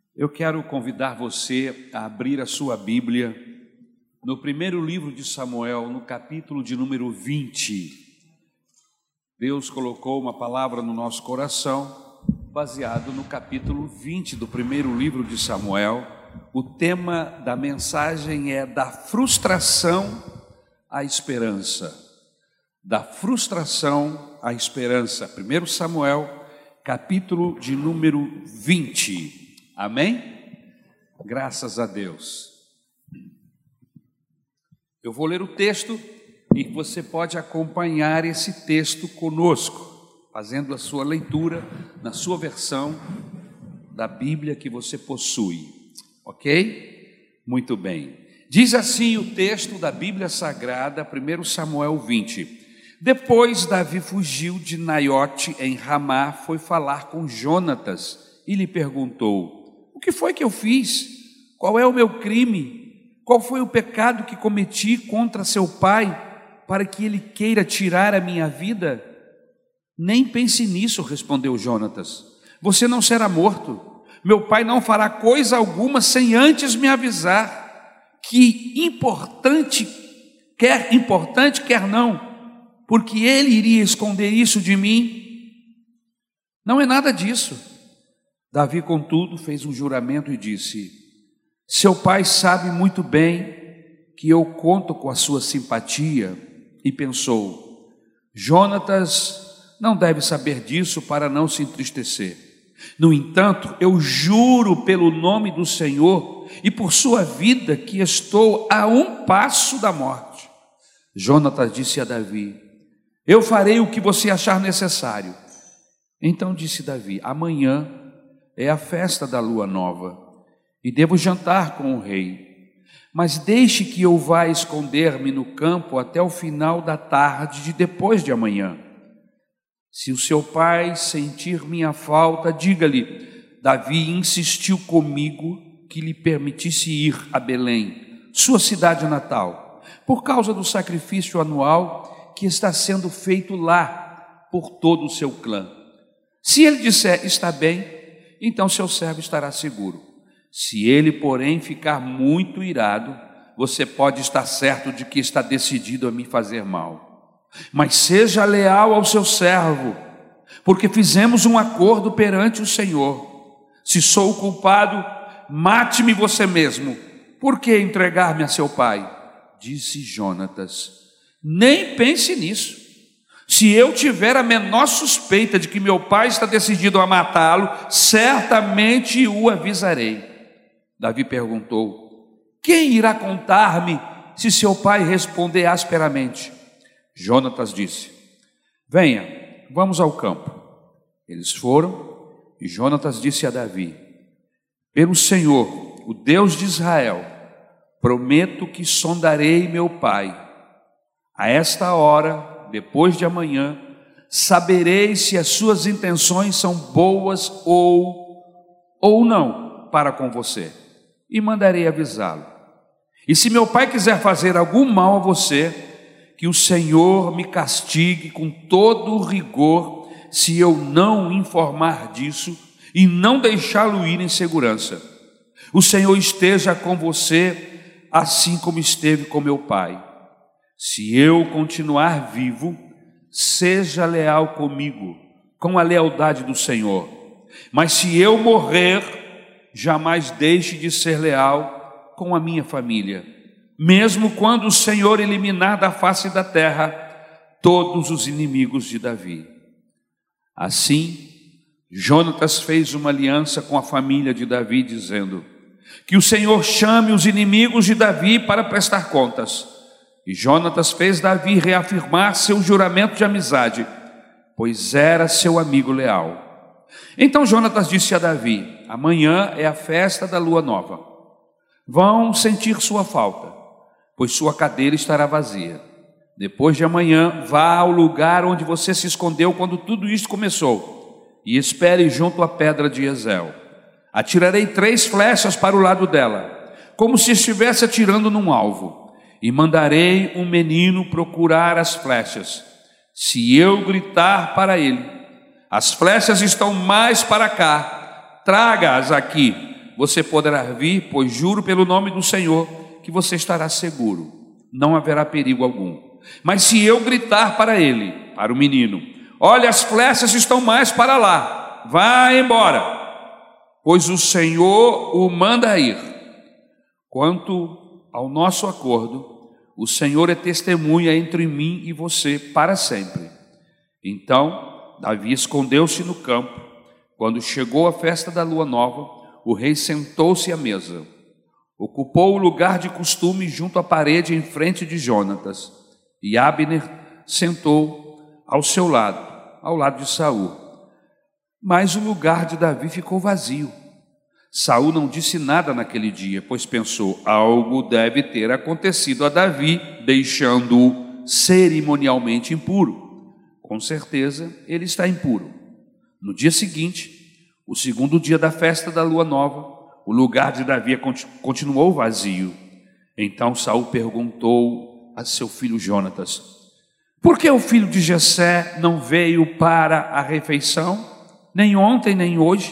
Eu quero convidar você a abrir a sua Bíblia no primeiro livro de Samuel, no capítulo de número 20. Deus colocou uma palavra no nosso coração, baseado no capítulo 20 do primeiro livro de Samuel. O tema da mensagem é da frustração à esperança. Da frustração à esperança. 1 Samuel, capítulo de número 20. Amém? Graças a Deus. Eu vou ler o texto e você pode acompanhar esse texto conosco, fazendo a sua leitura na sua versão da Bíblia que você possui. Ok? Muito bem. Diz assim o texto da Bíblia Sagrada, 1 Samuel 20. Depois Davi fugiu de Naiote em Ramá, foi falar com Jonatas e lhe perguntou: o que foi que eu fiz? Qual é o meu crime? Qual foi o pecado que cometi contra seu pai, para que ele queira tirar a minha vida? Nem pense nisso, respondeu Jonatas. Você não será morto. Meu pai não fará coisa alguma sem antes me avisar. Que importante, quer não, porque ele iria esconder isso de mim. Não é nada disso. Davi, contudo, fez um juramento e disse: seu pai sabe muito bem que eu conto com a sua simpatia. E pensou: Jonatas não deve saber disso para não se entristecer. No entanto, eu juro pelo nome do Senhor e por sua vida que estou a um passo da morte. Jonatas disse a Davi: eu farei o que você achar necessário. Então disse Davi: amanhã é a festa da lua nova e devo jantar com o rei, mas deixe que eu vá esconder-me no campo até o final da tarde de depois de amanhã. Se o seu pai sentir minha falta, diga-lhe: Davi insistiu comigo que lhe permitisse ir a Belém, sua cidade natal, por causa do sacrifício anual que está sendo feito lá por todo o seu clã. Se ele disser está bem, então seu servo estará seguro. Se ele, porém, ficar muito irado, você pode estar certo de que está decidido a me fazer mal. Mas seja leal ao seu servo, porque fizemos um acordo perante o Senhor. Se sou o culpado, mate-me você mesmo. Por que entregar-me a seu pai? Disse Jonatas: nem pense nisso. Se eu tiver a menor suspeita de que meu pai está decidido a matá-lo, certamente o avisarei. Davi perguntou: quem irá contar-me se seu pai responder asperamente? Jonatas disse: venha, vamos ao campo. Eles foram e Jonatas disse a Davi: pelo Senhor, o Deus de Israel, prometo que sondarei meu pai. A esta hora, depois de amanhã, saberei se as suas intenções são boas ou não para com você, e mandarei avisá-lo. E se meu pai quiser fazer algum mal a você, que o Senhor me castigue com todo o rigor, se eu não informar disso e não deixá-lo ir em segurança. O Senhor esteja com você, assim como esteve com meu pai. Se eu continuar vivo, seja leal comigo, com a lealdade do Senhor. Mas se eu morrer, jamais deixe de ser leal com a minha família, mesmo quando o Senhor eliminar da face da terra todos os inimigos de Davi. Assim, Jonatas fez uma aliança com a família de Davi, dizendo: que o Senhor chame os inimigos de Davi para prestar contas. E Jonatas fez Davi reafirmar seu juramento de amizade, pois era seu amigo leal. Então Jonatas disse a Davi: amanhã é a festa da lua nova. Vão sentir sua falta, pois sua cadeira estará vazia. Depois de amanhã, vá ao lugar onde você se escondeu quando tudo isto começou, e espere junto à pedra de Ezel. Atirarei 3 flechas para o lado dela, como se estivesse atirando num alvo. E mandarei um menino procurar as flechas. Se eu gritar para ele: as flechas estão mais para cá, traga-as aqui, você poderá vir, pois juro pelo nome do Senhor que você estará seguro, não haverá perigo algum. Mas se eu gritar para ele, para o menino: olha, as flechas estão mais para lá, vá embora, pois o Senhor o manda ir. Quanto ao nosso acordo, o Senhor é testemunha entre mim e você para sempre. Então Davi escondeu-se no campo. Quando chegou a festa da lua nova, o rei sentou-se à mesa. Ocupou o lugar de costume junto à parede em frente de Jonatas, e Abner sentou ao seu lado, ao lado de Saul. Mas o lugar de Davi ficou vazio. Saul não disse nada naquele dia, pois pensou: algo deve ter acontecido a Davi, deixando-o cerimonialmente impuro. Com certeza ele está impuro. No dia seguinte, o segundo dia da festa da lua nova, o lugar de Davi continuou vazio. Então Saul perguntou a seu filho Jonatas: por que o filho de Jessé não veio para a refeição, nem ontem nem hoje?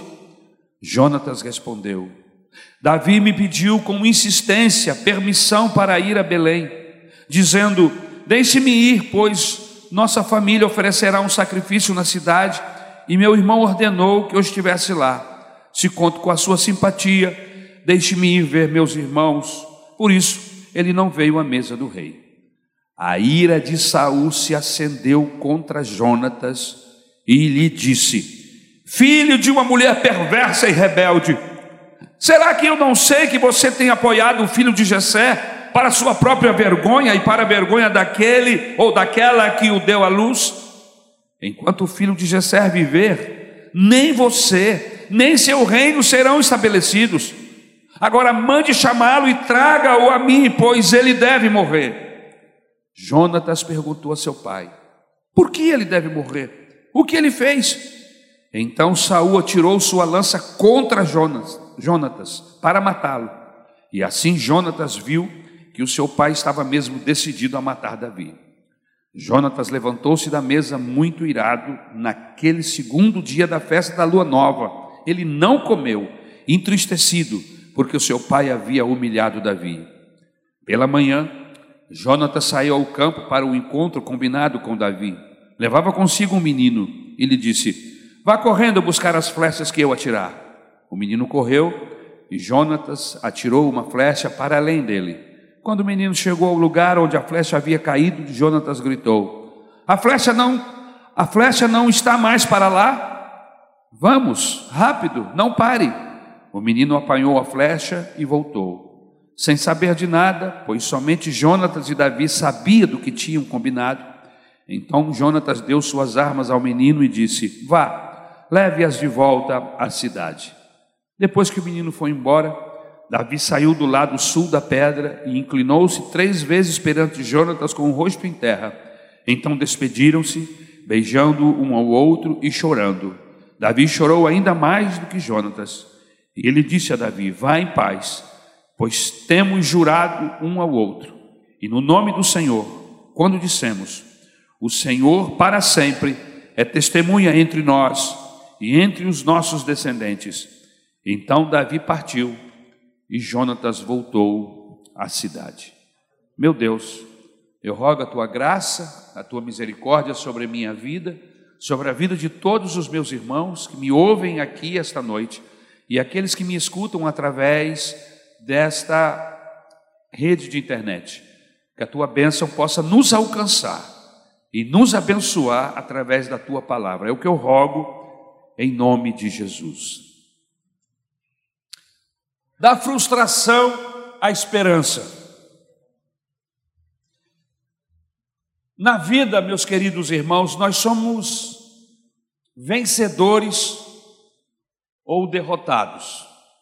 Jonatas respondeu: Davi me pediu com insistência permissão para ir a Belém, dizendo: deixe-me ir, pois nossa família oferecerá um sacrifício na cidade, e meu irmão ordenou que eu estivesse lá. Se conto com a sua simpatia, deixe-me ir ver meus irmãos. Por isso ele não veio à mesa do rei. A ira de Saul se acendeu contra Jonatas e lhe disse: filho de uma mulher perversa e rebelde, será que eu não sei que você tem apoiado o filho de Jessé para sua própria vergonha e para a vergonha daquele ou daquela que o deu à luz? Enquanto o filho de Jessé viver, nem você nem seu reino serão estabelecidos. Agora mande chamá-lo e traga-o a mim, pois ele deve morrer. Jonatas perguntou a seu pai: por que ele deve morrer? O que ele fez? Então Saul atirou sua lança contra Jonatas para matá-lo. E assim Jonatas viu que o seu pai estava mesmo decidido a matar Davi. Jonatas levantou-se da mesa muito irado naquele segundo dia da festa da lua nova. Ele não comeu, entristecido, porque o seu pai havia humilhado Davi. Pela manhã, Jonatas saiu ao campo para o encontro combinado com Davi. Levava consigo um menino e lhe disse: vá correndo buscar as flechas que eu atirar. O menino correu e Jonatas atirou uma flecha para além dele. Quando o menino chegou ao lugar onde a flecha havia caído, Jonatas gritou: a flecha não está mais para lá? Vamos, rápido, não pare. O menino apanhou a flecha e voltou, sem saber de nada, pois somente Jonatas e Davi sabiam do que tinham combinado. Então Jonatas deu suas armas ao menino e disse: vá, leve-as de volta à cidade. Depois que o menino foi embora, Davi saiu do lado sul da pedra e inclinou-se 3 vezes perante Jonatas com o rosto em terra. Então despediram-se, beijando um ao outro e chorando. Davi chorou ainda mais do que Jonatas. E ele disse a Davi: vá em paz, pois temos jurado um ao outro. E no nome do Senhor, quando dissemos: o Senhor para sempre é testemunha entre nós e entre os nossos descendentes. Então Davi partiu e Jonatas voltou à cidade. Meu Deus, eu rogo a tua graça, a tua misericórdia sobre a minha vida, sobre a vida de todos os meus irmãos que me ouvem aqui esta noite e aqueles que me escutam através desta rede de internet. Que a tua bênção possa nos alcançar e nos abençoar através da tua palavra. É o que eu rogo em nome de Jesus. Da frustração à esperança. Na vida, meus queridos irmãos, nós somos vencedores ou derrotados.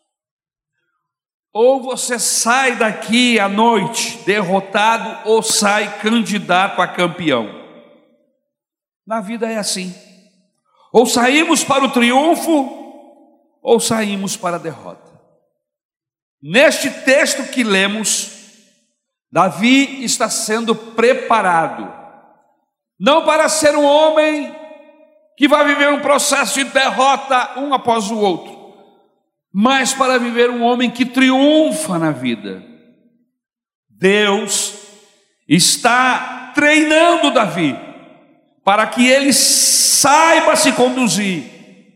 Ou você sai daqui à noite derrotado ou sai candidato a campeão. Na vida é assim. Ou saímos para o triunfo ou saímos para a derrota. Neste texto que lemos, Davi está sendo preparado não para ser um homem que vai viver um processo de derrota um após o outro, mas para viver um homem que triunfa na vida. Deus está treinando Davi para que ele saiba se conduzir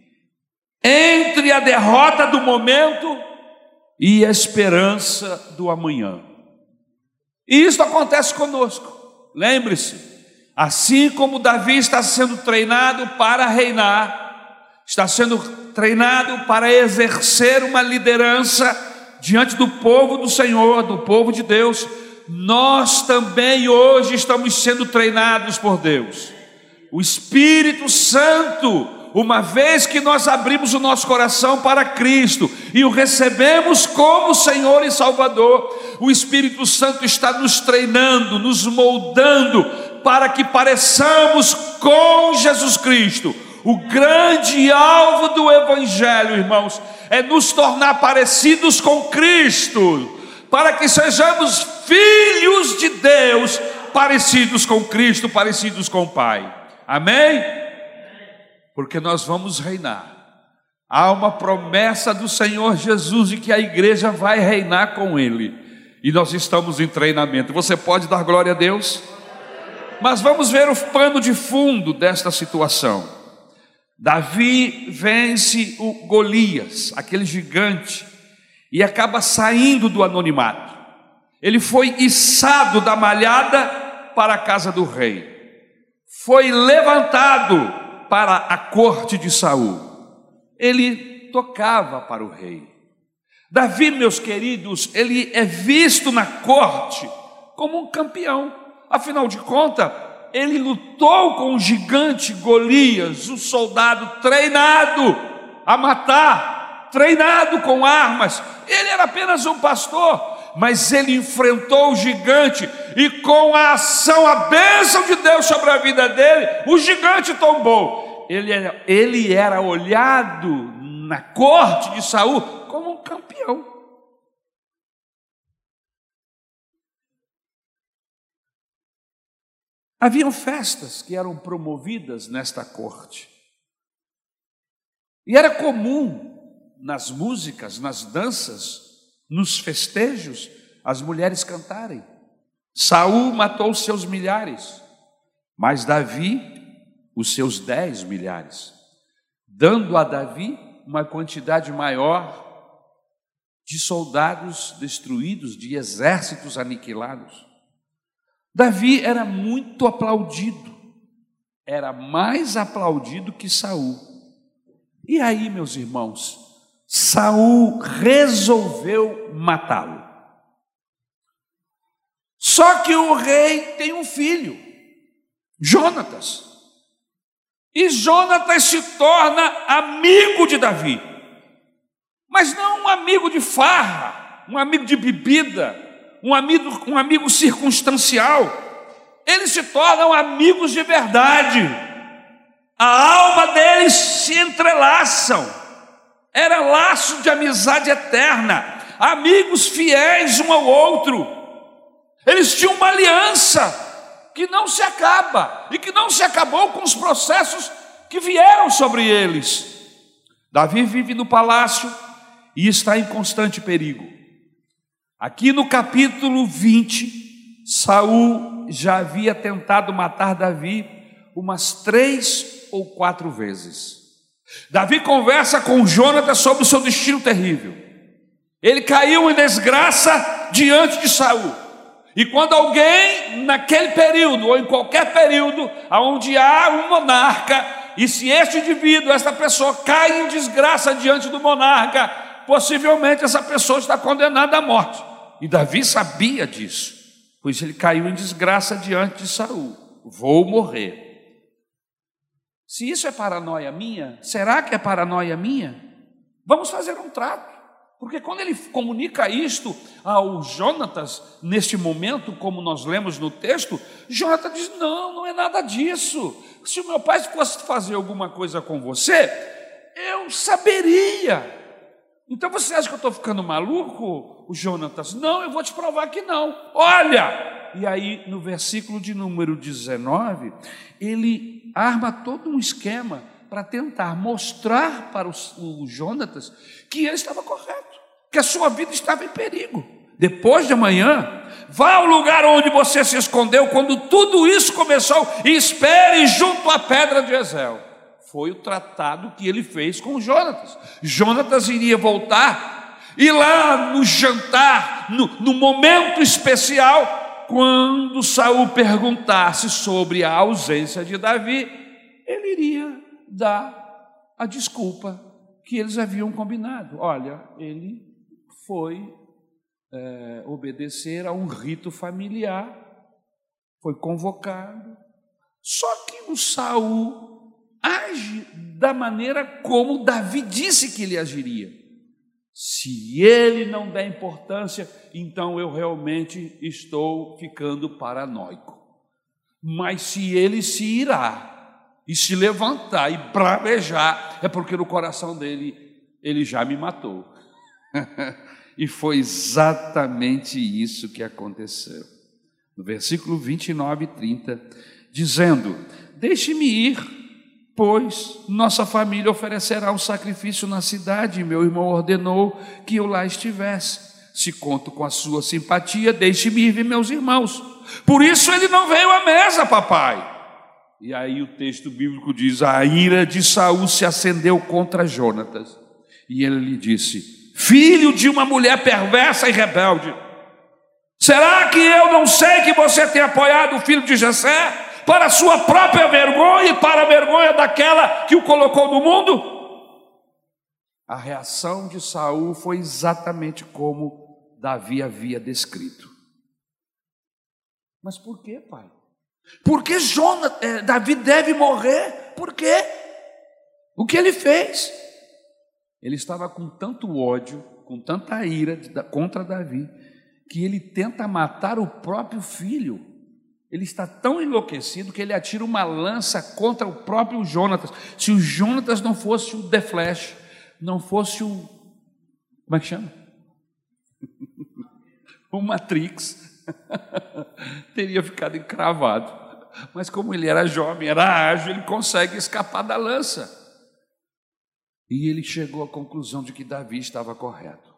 entre a derrota do momento e a esperança do amanhã. E isso acontece conosco. Lembre-se, assim como Davi está sendo treinado para reinar, está sendo treinado para exercer uma liderança diante do povo do Senhor, do povo de Deus, nós também hoje estamos sendo treinados por Deus. O Espírito Santo, uma vez que nós abrimos o nosso coração para Cristo e o recebemos como Senhor e Salvador, o Espírito Santo está nos treinando, nos moldando para que pareçamos com Jesus Cristo. O grande alvo do Evangelho, irmãos, é nos tornar parecidos com Cristo, para que sejamos filhos de Deus, parecidos com Cristo, parecidos com o Pai. Amém? Porque nós vamos reinar. Há uma promessa do Senhor Jesus de que a igreja vai reinar com Ele, e nós estamos em treinamento. Você pode dar glória a Deus? Mas vamos ver o pano de fundo desta situação. Davi vence o Golias, aquele gigante, e acaba saindo do anonimato. Ele foi içado da malhada para a casa do rei, foi levantado para a corte de Saul. Ele tocava para o rei. Davi, meus queridos, ele é visto na corte como um campeão. Afinal de contas, ele lutou com o gigante Golias, um soldado treinado a matar, treinado com armas. Ele era apenas um pastor, mas ele enfrentou o gigante, e com a ação, a bênção de Deus sobre a vida dele, o gigante tombou. Ele era olhado na corte de Saul como um campeão. Haviam festas que eram promovidas nesta corte, e era comum nas músicas, nas danças, nos festejos, as mulheres cantarem. Saul matou seus milhares, mas Davi os seus 10 milhares, dando a Davi uma quantidade maior de soldados destruídos, de exércitos aniquilados. Davi era muito aplaudido, era mais aplaudido que Saul. E aí, meus irmãos, Saul resolveu matá-lo. Só que o rei tem um filho, Jonatas. E Jonatas se torna amigo de Davi, mas não um amigo de farra, um amigo de bebida, um amigo circunstancial. Eles se tornam amigos de verdade. A alma deles se entrelaçam. Era laço de amizade eterna, amigos fiéis um ao outro. Eles tinham uma aliança que não se acaba, e que não se acabou com os processos que vieram sobre eles. Davi vive no palácio e está em constante perigo. Aqui no capítulo 20, Saul já havia tentado matar Davi umas 3 ou 4 vezes. Davi conversa com Jonatas sobre o seu destino terrível. Ele caiu em desgraça diante de Saul. E quando alguém, naquele período, ou em qualquer período, onde há um monarca, e se este indivíduo, esta pessoa, cai em desgraça diante do monarca, possivelmente essa pessoa está condenada à morte. E Davi sabia disso, pois ele caiu em desgraça diante de Saul. Vou morrer. Se isso é paranoia minha, será que é paranoia minha? Vamos fazer um trato. Porque quando ele comunica isto ao Jonatas, neste momento, como nós lemos no texto, Jonatas diz: não é nada disso. Se o meu pai fosse fazer alguma coisa com você, eu saberia. Então você acha que eu estou ficando maluco, o Jonatas? Não, eu vou te provar que não. Olha! E aí, no versículo de número 19, ele arma todo um esquema para tentar mostrar para o Jonatas que ele estava correto, que a sua vida estava em perigo. Depois de amanhã, vá ao lugar onde você se escondeu quando tudo isso começou e espere junto à pedra de Ezel. Foi o tratado que ele fez com Jonatas. Jonatas iria voltar e lá no jantar, no momento especial, quando Saul perguntasse sobre a ausência de Davi, ele iria dar a desculpa que eles haviam combinado. Olha, ele foi obedecer a um rito familiar, foi convocado. Só que o Saul age da maneira como Davi disse que ele agiria. Se ele não der importância, então eu realmente estou ficando paranoico. Mas se ele se irá e se levantar e bravejar, é porque no coração dele ele já me matou. E foi exatamente isso que aconteceu. No versículo 29 e 30, dizendo: deixe-me ir, pois nossa família oferecerá um sacrifício na cidade, e meu irmão ordenou que eu lá estivesse. Se conto com a sua simpatia, deixe-me ir ver meus irmãos. Por isso ele não veio à mesa, papai. E aí o texto bíblico diz: a ira de Saul se acendeu contra Jonatas, e ele lhe disse: filho de uma mulher perversa e rebelde, será que eu não sei que você tem apoiado o filho de Jessé para a sua própria vergonha e para a vergonha daquela que o colocou no mundo? A reação de Saul foi exatamente como Davi havia descrito. Mas por que, pai? Por que Davi deve morrer? Por quê? O que ele fez? Ele estava com tanto ódio, com tanta ira contra Davi, que ele tenta matar o próprio filho. Ele está tão enlouquecido que ele atira uma lança contra o próprio Jonatas. Se o Jonatas não fosse o The Flash, não fosse o... como é que chama? O Matrix, teria ficado encravado. Mas como ele era jovem, era ágil, ele consegue escapar da lança. E ele chegou à conclusão de que Davi estava correto.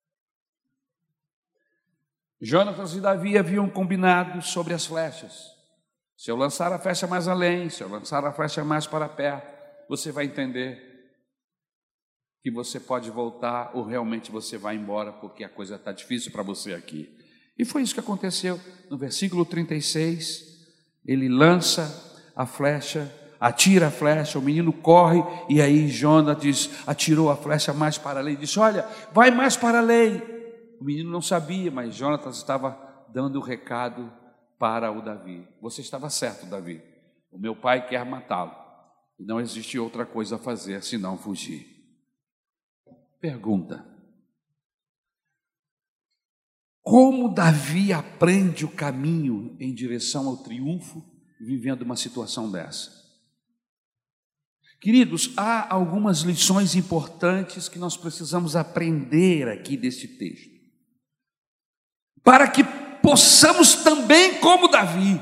Jonatas e Davi haviam combinado sobre as flechas. Se eu lançar a flecha mais além, se eu lançar a flecha mais para perto, você vai entender que você pode voltar ou realmente você vai embora porque a coisa está difícil para você aqui. E foi isso que aconteceu. No versículo 36, ele lança a flecha, atira a flecha, o menino corre, e aí Jonatas atirou a flecha mais para além, disse: olha, vai mais para além. O menino não sabia, mas Jonatas estava dando o recado para o Davi. Você estava certo, Davi. O meu pai quer matá-lo. E não existe outra coisa a fazer senão fugir. Pergunta: como Davi aprende o caminho em direção ao triunfo vivendo uma situação dessa? Queridos, há algumas lições importantes que nós precisamos aprender aqui deste texto, para que possamos também, como Davi,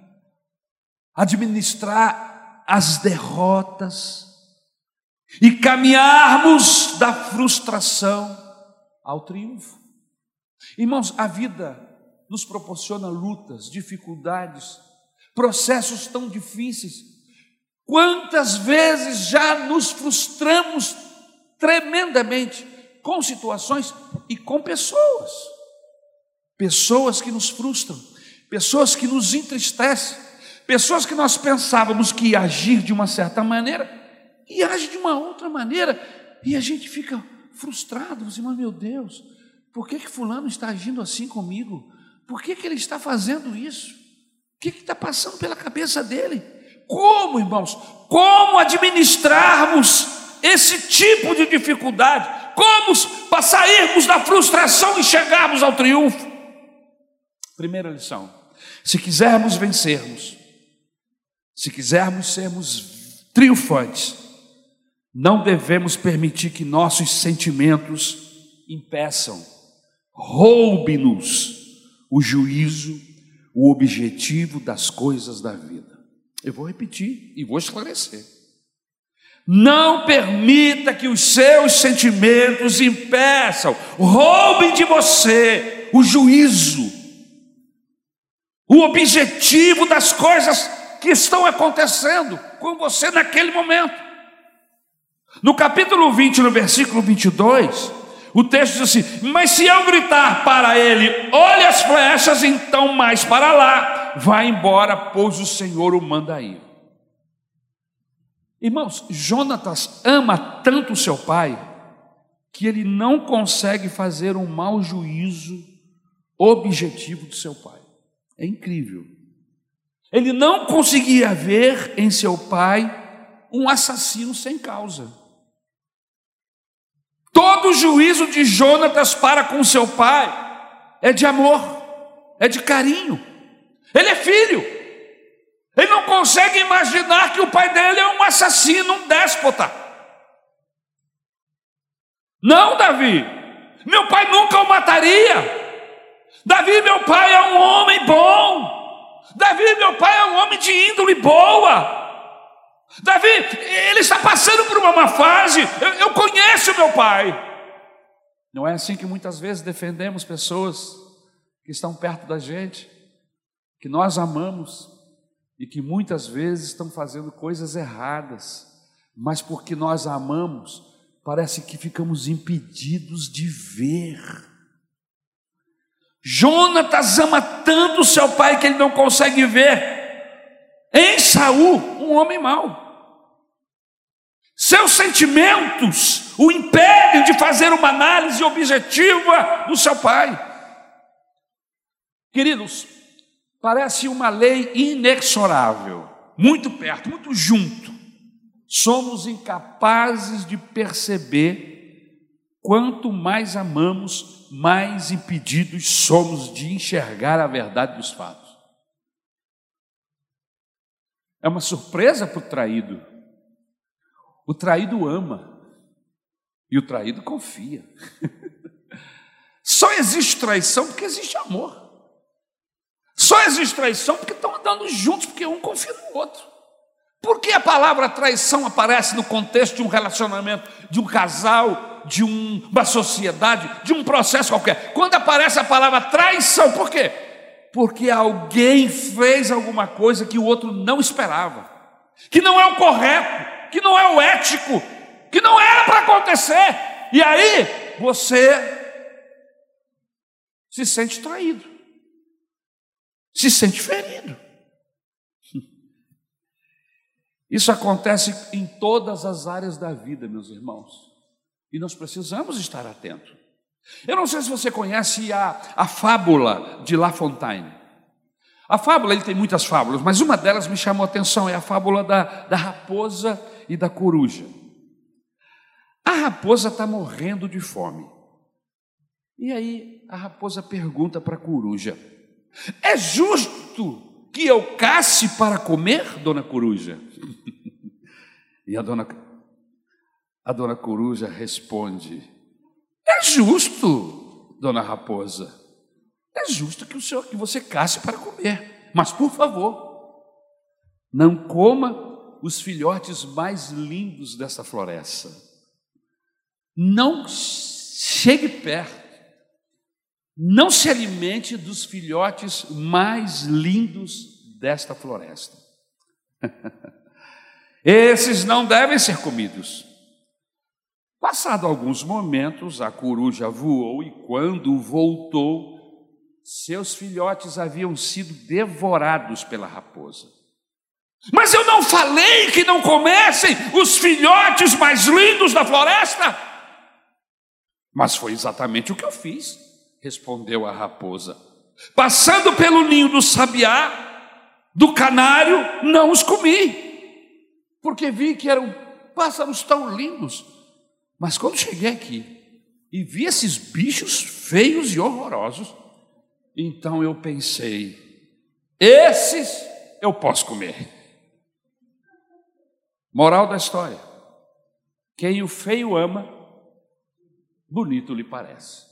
administrar as derrotas e caminharmos da frustração ao triunfo. Irmãos, a vida nos proporciona lutas, dificuldades, processos tão difíceis. Quantas vezes já nos frustramos tremendamente com situações e com pessoas. Pessoas que nos frustram, pessoas que nos entristecem, pessoas que nós pensávamos que ia agir de uma certa maneira e age de uma outra maneira, e a gente fica frustrado. Você, mas meu Deus, por que fulano está agindo assim comigo? Por que ele está fazendo isso? O que está passando pela cabeça dele? Como, irmãos, como administrarmos esse tipo de dificuldade? Como sairmos da frustração e chegarmos ao triunfo? Primeira lição: se quisermos vencermos, se quisermos sermos triunfantes, não devemos permitir que nossos sentimentos impeçam, roube-nos o juízo, o objetivo das coisas da vida. Eu vou repetir e vou esclarecer. Não permita que os seus sentimentos impeçam, roubem de você o juízo, o objetivo das coisas que estão acontecendo com você naquele momento. No capítulo 20, no versículo 22, o texto diz assim: mas se eu gritar para ele, olhe as flechas, então mais para lá, vai embora, pois o Senhor o manda ir. Irmãos, Jonatas ama tanto o seu pai, que ele não consegue fazer um mau juízo objetivo do seu pai. É incrível. Ele não conseguia ver em seu pai um assassino sem causa. Todo o juízo de Jonatas para com seu pai é de amor, é de carinho. Ele é filho. Ele não consegue imaginar que o pai dele é um assassino, um déspota. Não, Davi, meu pai nunca o mataria. Davi, meu pai é um homem bom. Davi, meu pai é um homem de índole boa. Davi, ele está passando por uma má fase. Eu conheço meu pai. Não é assim que muitas vezes defendemos pessoas que estão perto da gente, que nós amamos e que muitas vezes estão fazendo coisas erradas, mas porque nós amamos, parece que ficamos impedidos de ver. Jonatas ama tanto o seu pai que ele não consegue ver em Saul um homem mau. Seus sentimentos o impedem de fazer uma análise objetiva do seu pai. Queridos, parece uma lei inexorável, muito perto, muito junto. Somos incapazes de perceber, quanto mais amamos, mais impedidos somos de enxergar a verdade dos fatos. É uma surpresa para o traído. O traído ama e o traído confia. Só existe traição porque existe amor. Só existe traição porque estão andando juntos, porque um confia no outro. Por que a palavra traição aparece no contexto de um relacionamento, de um casal, de uma sociedade, de um processo qualquer? Quando aparece a palavra traição, por quê? Porque alguém fez alguma coisa que o outro não esperava, que não é o correto, que não é o ético, que não era para acontecer. E aí você se sente traído, se sente ferido. Isso acontece em todas as áreas da vida, meus irmãos, e nós precisamos estar atentos. Eu não sei se você conhece a fábula de La Fontaine. A fábula, ele tem muitas fábulas, mas uma delas me chamou a atenção, é a fábula da raposa e da coruja. A raposa está morrendo de fome. E aí a raposa pergunta para a coruja: é justo que eu casse para comer, dona coruja? E a dona coruja responde: é justo, dona raposa. É justo que você casse para comer, mas por favor, não coma os filhotes mais lindos dessa floresta. Não chegue perto. Não se alimente dos filhotes mais lindos desta floresta. Esses não devem ser comidos. Passado alguns momentos, a coruja voou e quando voltou, seus filhotes haviam sido devorados pela raposa. Mas eu não falei que não comessem os filhotes mais lindos da floresta? Mas foi exatamente o que eu fiz, respondeu a raposa. Passando pelo ninho do sabiá, do canário, não os comi, porque vi que eram pássaros tão lindos. Mas quando cheguei aqui e vi esses bichos feios e horrorosos, então eu pensei: esses eu posso comer. Moral da história: quem o feio ama, bonito lhe parece.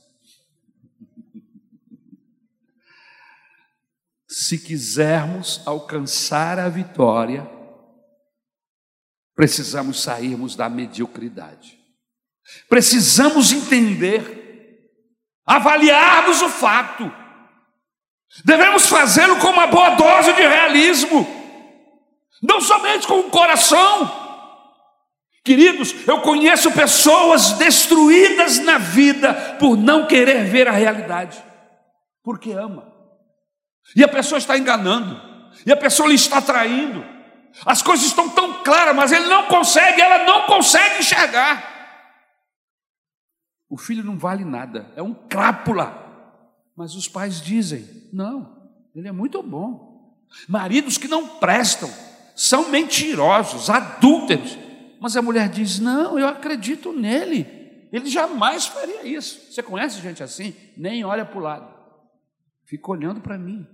Se quisermos alcançar a vitória, precisamos sairmos da mediocridade. Precisamos entender, avaliarmos o fato. Devemos fazê-lo com uma boa dose de realismo, não somente com o coração. Queridos, eu conheço pessoas destruídas na vida por não querer ver a realidade, porque ama. E a pessoa está enganando, e a pessoa lhe está traindo. As coisas estão tão claras, mas ela não consegue enxergar. O filho não vale nada, é um crápula. Mas os pais dizem, não, ele é muito bom. Maridos que não prestam, são mentirosos, adúlteros. Mas a mulher diz, não, eu acredito nele, ele jamais faria isso. Você conhece gente assim? Nem olha para o lado, fica olhando para mim.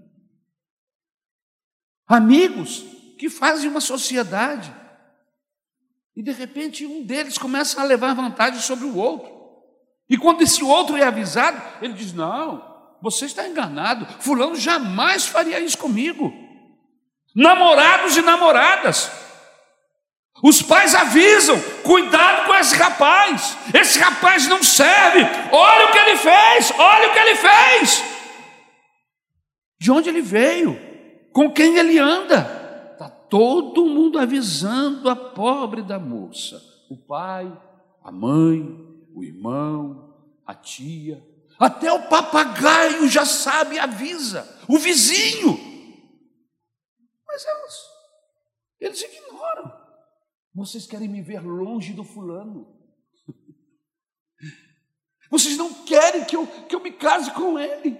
Amigos que fazem uma sociedade, e de repente um deles começa a levar vantagem sobre o outro. E quando esse outro é avisado, ele diz, não, você está enganado, fulano jamais faria isso comigo. Namorados e namoradas, os pais avisam, cuidado com esse rapaz não serve, olha o que ele fez, olha o que ele fez. De onde ele veio, com quem ele anda, está todo mundo avisando a pobre da moça, o pai, a mãe, o irmão, a tia, até o papagaio já sabe, avisa, o vizinho. Mas eles ignoram. Vocês querem me ver longe do fulano. Vocês não querem que eu me case com ele.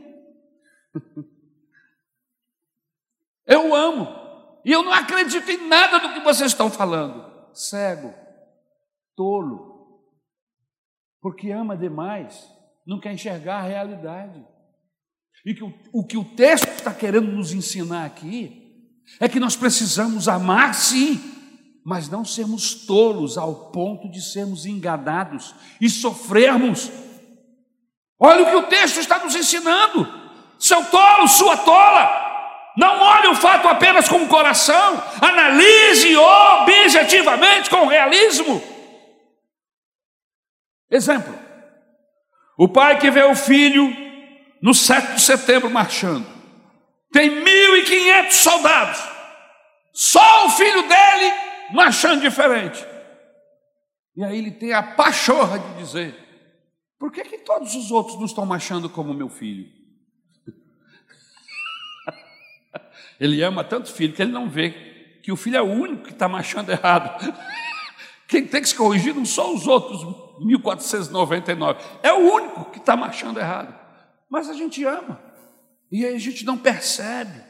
Eu amo, e eu não acredito em nada do que vocês estão falando. Cego, tolo, porque ama demais, não quer enxergar a realidade. E o que o texto está querendo nos ensinar aqui é que nós precisamos amar sim, mas não sermos tolos ao ponto de sermos enganados e sofrermos. Olha o que o texto está nos ensinando. Seu tolo, sua tola, não olhe o fato apenas com o coração, analise objetivamente com realismo. Exemplo, o pai que vê o filho no 7 de setembro marchando, tem 1.500 soldados, só o filho dele marchando diferente. E aí ele tem a pachorra de dizer, por que todos os outros não estão marchando como meu filho? Ele ama tanto o filho que ele não vê que o filho é o único que está marchando errado. Quem tem que se corrigir não são os outros 1.499, é o único que está marchando errado. Mas a gente ama, e aí a gente não percebe.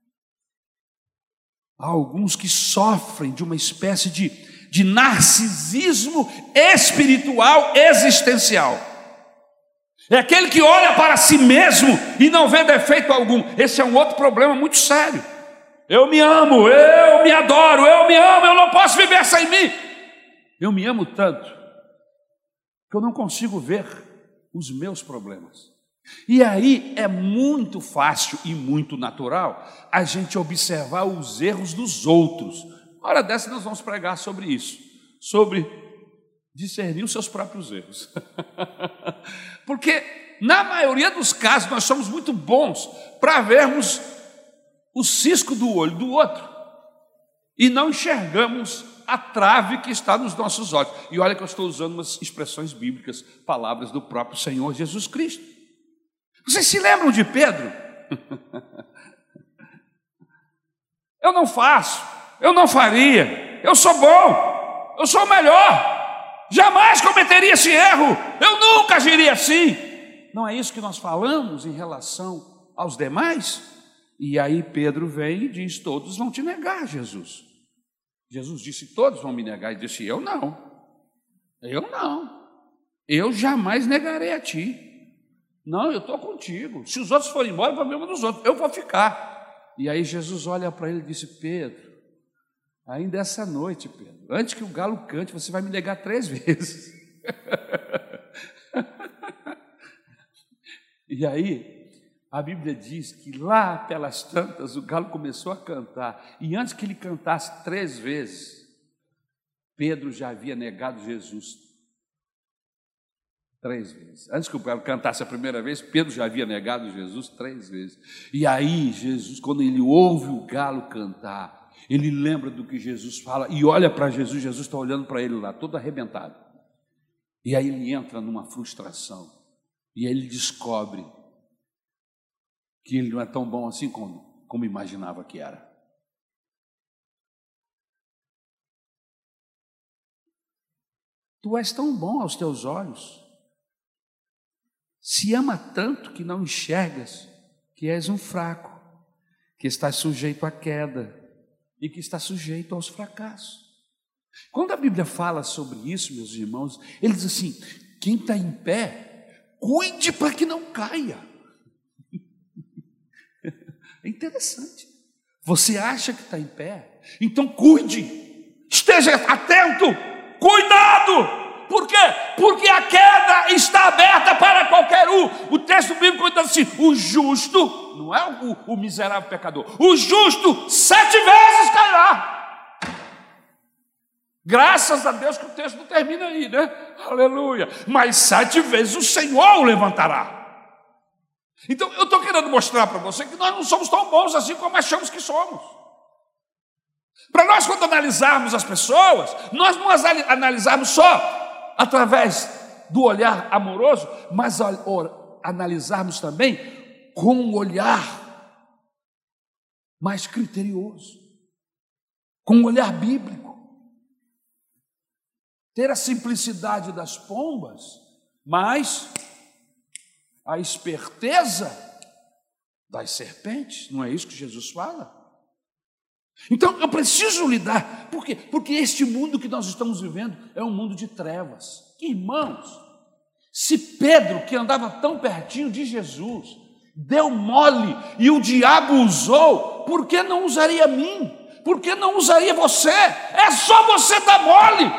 Há alguns que sofrem de uma espécie de narcisismo espiritual existencial. É aquele que olha para si mesmo e não vê defeito algum. Esse é um outro problema muito sério. Eu me amo, eu me adoro, eu me amo, eu não posso viver sem mim. Eu me amo tanto que eu não consigo ver os meus problemas. E aí é muito fácil e muito natural a gente observar os erros dos outros. Uma hora dessa nós vamos pregar sobre isso, sobre discernir os seus próprios erros. Porque na maioria dos casos nós somos muito bons para vermos o cisco do olho do outro e não enxergamos a trave que está nos nossos olhos. E olha que eu estou usando umas expressões bíblicas, palavras do próprio Senhor Jesus Cristo. Vocês se lembram de Pedro? Eu não faço, eu não faria, eu sou bom, eu sou o melhor, jamais cometeria esse erro, eu nunca agiria assim. Não é isso que nós falamos em relação aos demais? E aí Pedro vem e diz, todos vão te negar, Jesus. Jesus disse, todos vão me negar, e disse, eu não, eu jamais negarei a ti. Não, eu estou contigo, se os outros forem embora, o problema dos outros, eu vou ficar. E aí Jesus olha para ele e disse, Pedro, ainda essa noite, Pedro, antes que o galo cante, você vai me negar 3 vezes. E aí, a Bíblia diz que lá pelas tantas, o galo começou a cantar, e antes que ele cantasse 3 vezes, Pedro já havia negado Jesus 3 vezes. Antes que o Pedro cantasse a primeira vez, Pedro já havia negado Jesus 3 vezes. E aí Jesus, quando ele ouve o galo cantar, ele lembra do que Jesus fala e olha para Jesus. Jesus está olhando para ele lá, todo arrebentado. E aí ele entra numa frustração. E aí ele descobre que ele não é tão bom assim como imaginava que era. Tu és tão bom aos teus olhos, se ama tanto que não enxergas que és um fraco, que estás sujeito à queda e que está sujeito aos fracassos. Quando a Bíblia fala sobre isso, meus irmãos, ele diz assim: quem está em pé, cuide para que não caia. É interessante. Você acha que está em pé? Então cuide, esteja atento, cuidado. Por quê? Porque a queda está aberta para qualquer um. O texto bíblico diz assim: o justo, não é o miserável pecador, o justo 7 vezes cairá. Graças a Deus que o texto não termina aí, né? Aleluia. Mas 7 vezes o Senhor o levantará. Então eu estou querendo mostrar para você que nós não somos tão bons assim como achamos que somos. Para nós, quando analisarmos as pessoas, nós não as analisarmos só através do olhar amoroso, mas analisarmos também com um olhar mais criterioso, com um olhar bíblico. Ter a simplicidade das pombas, mas a esperteza das serpentes. Não é isso que Jesus fala? Então eu preciso lidar. Por quê? Porque este mundo que nós estamos vivendo é um mundo de trevas. Irmãos, se Pedro, que andava tão pertinho de Jesus, deu mole e o diabo usou, por que não usaria a mim? Por que não usaria você? É só você dar mole.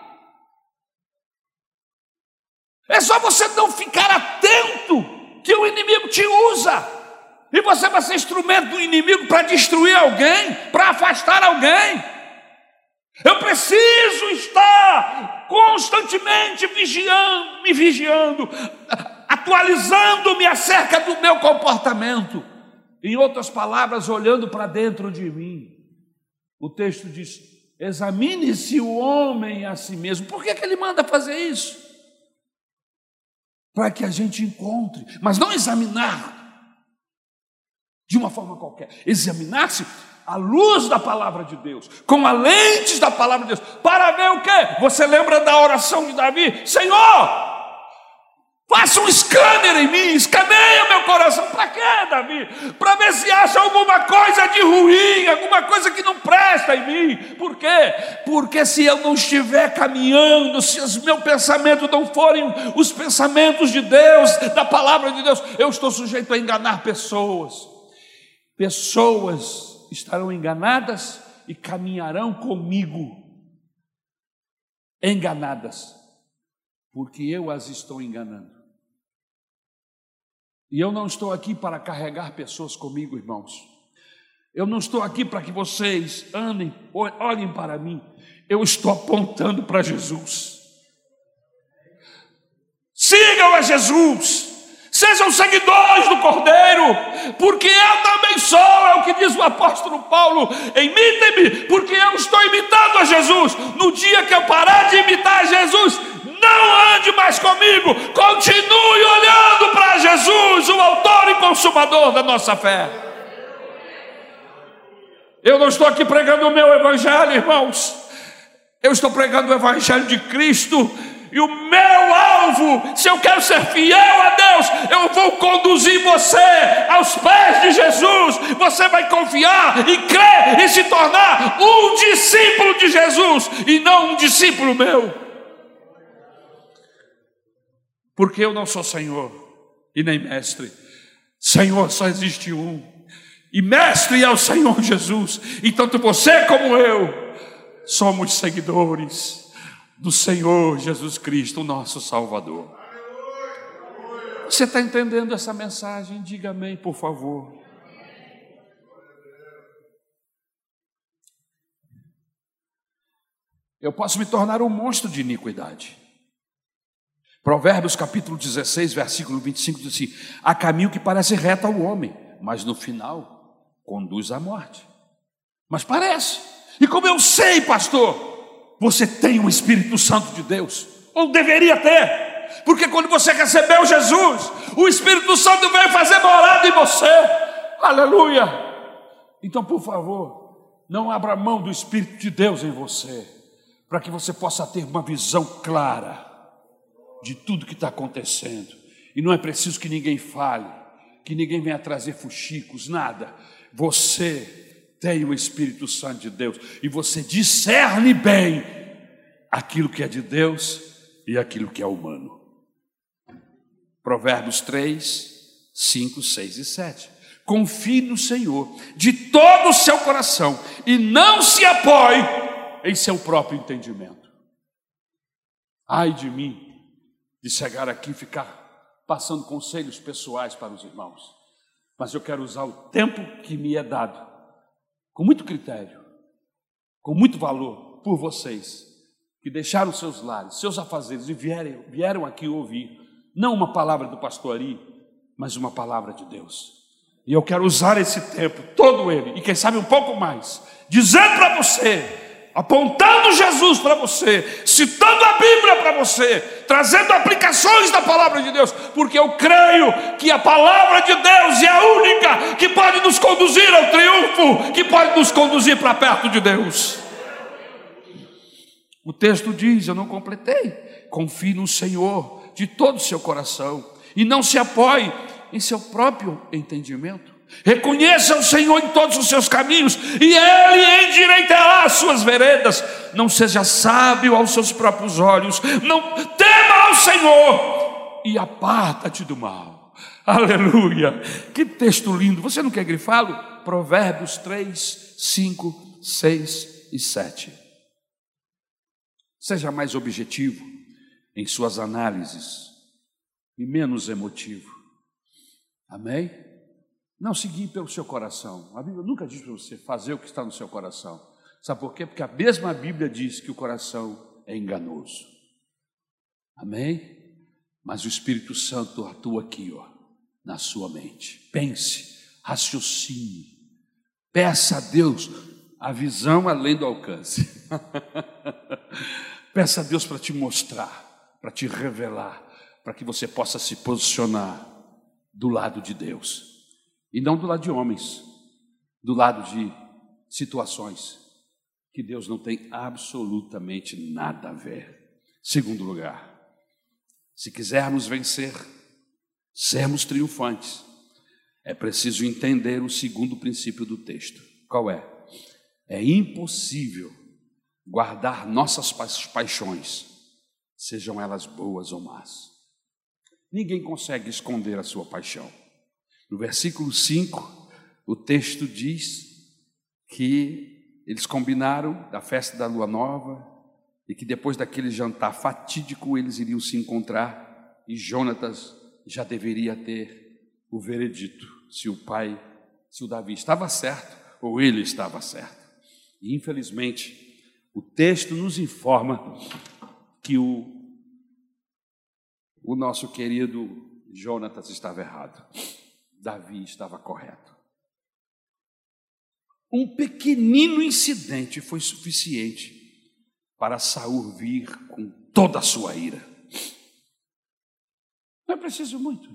É só você não ficar atento que o inimigo te usa. E você vai ser instrumento do inimigo para destruir alguém, para afastar alguém. Eu preciso estar constantemente me vigiando, atualizando-me acerca do meu comportamento. Em outras palavras, olhando para dentro de mim. O texto diz: examine-se o homem a si mesmo. Por que ele manda fazer isso? Para que a gente encontre, mas não examinar de uma forma qualquer, examinar-se à luz da palavra de Deus, com as lentes da palavra de Deus, para ver o quê? Você lembra da oração de Davi? Senhor, faça um scanner em mim, escaneia meu coração. Para quê, Davi? Para ver se acha alguma coisa de ruim, alguma coisa que não presta em mim. Por quê? Porque se eu não estiver caminhando, se os meus pensamentos não forem os pensamentos de Deus, da palavra de Deus, eu estou sujeito a enganar pessoas. Pessoas estarão enganadas e caminharão comigo enganadas, porque eu as estou enganando. E eu não estou aqui para carregar pessoas comigo, irmãos. Eu não estou aqui para que vocês andem, olhem para mim. Eu estou apontando para Jesus. Sigam a Jesus. Sejam seguidores do Cordeiro, porque eu também sou, é o que diz o apóstolo Paulo: imitem-me, porque eu estou imitando a Jesus. No dia que eu parar de imitar a Jesus, não ande mais comigo, continue olhando para Jesus, o autor e consumador da nossa fé. Eu não estou aqui pregando o meu evangelho, irmãos, eu estou pregando o evangelho de Cristo. E o meu alvo, se eu quero ser fiel a Deus, eu vou conduzir você aos pés de Jesus. Você vai confiar e crer e se tornar um discípulo de Jesus e não um discípulo meu. Porque eu não sou Senhor e nem mestre. Senhor só existe um, e mestre é o Senhor Jesus. E tanto você como eu somos seguidores do Senhor Jesus Cristo, o nosso Salvador. Você está entendendo essa mensagem? Diga amém, por favor. eu posso me tornar um monstro de iniquidade. Provérbios capítulo 16, versículo 25 diz assim: há caminho que parece reto ao homem, mas no final conduz à morte. Mas parece. E como eu sei, pastor, você tem o Espírito Santo de Deus, ou deveria ter, porque quando você recebeu Jesus, o Espírito Santo veio fazer morada em você. Aleluia! Então, por favor, não abra mão do Espírito de Deus em você, para que você possa ter uma visão clara de tudo que está acontecendo. E não é preciso que ninguém fale, que ninguém venha trazer fuxicos, nada. Você tem o Espírito Santo de Deus e você discerne bem aquilo que é de Deus e aquilo que é humano. Provérbios 3, 5, 6 e 7. Confie no Senhor de todo o seu coração e não se apoie em seu próprio entendimento. Ai de mim de chegar aqui e ficar passando conselhos pessoais para os irmãos, mas eu quero usar o tempo que me é dado com muito critério, com muito valor por vocês que deixaram seus lares, seus afazeres e vieram aqui ouvir não uma palavra do pastor Ari, mas uma palavra de Deus. E eu quero usar esse tempo, todo ele, e quem sabe um pouco mais, dizendo para você, apontando Jesus para você, citando a Bíblia para você, trazendo aplicações da palavra de Deus, porque eu creio que a palavra de Deus é a única que pode nos conduzir ao triunfo, que pode nos conduzir para perto de Deus. O texto diz, eu não completei, confie no Senhor de todo o seu coração e não se apoie em seu próprio entendimento. Reconheça o Senhor em todos os seus caminhos e Ele endireitará as suas veredas. Não seja sábio aos seus próprios olhos, não tema ao Senhor e aparta-te do mal. Aleluia, que texto lindo. Você não quer grifá-lo? Provérbios 3, 5, 6 e 7. Seja mais objetivo em suas análises e menos emotivo. Amém? Não seguir pelo seu coração. A Bíblia nunca diz para você fazer o que está no seu coração. Sabe por quê? Porque a mesma Bíblia diz que o coração é enganoso. Amém? Mas o Espírito Santo atua aqui, na sua mente. Pense, raciocine, peça a Deus a visão além do alcance. Peça a Deus para te mostrar, para te revelar, para que você possa se posicionar do lado de Deus. E não do lado de homens, do lado de situações que Deus não tem absolutamente nada a ver. Segundo lugar, se quisermos vencer, sermos triunfantes, é preciso entender o segundo princípio do texto. Qual é? É impossível guardar nossas paixões, sejam elas boas ou más. Ninguém consegue esconder a sua paixão. No versículo 5, o texto diz que eles combinaram da festa da lua nova e que depois daquele jantar fatídico eles iriam se encontrar e Jonatas já deveria ter o veredito se o Davi estava certo ou ele estava certo. E infelizmente o texto nos informa que o nosso querido Jonatas estava errado. Davi estava correto. Um pequenino incidente foi suficiente para Saul vir com toda a sua ira. Não é preciso muito.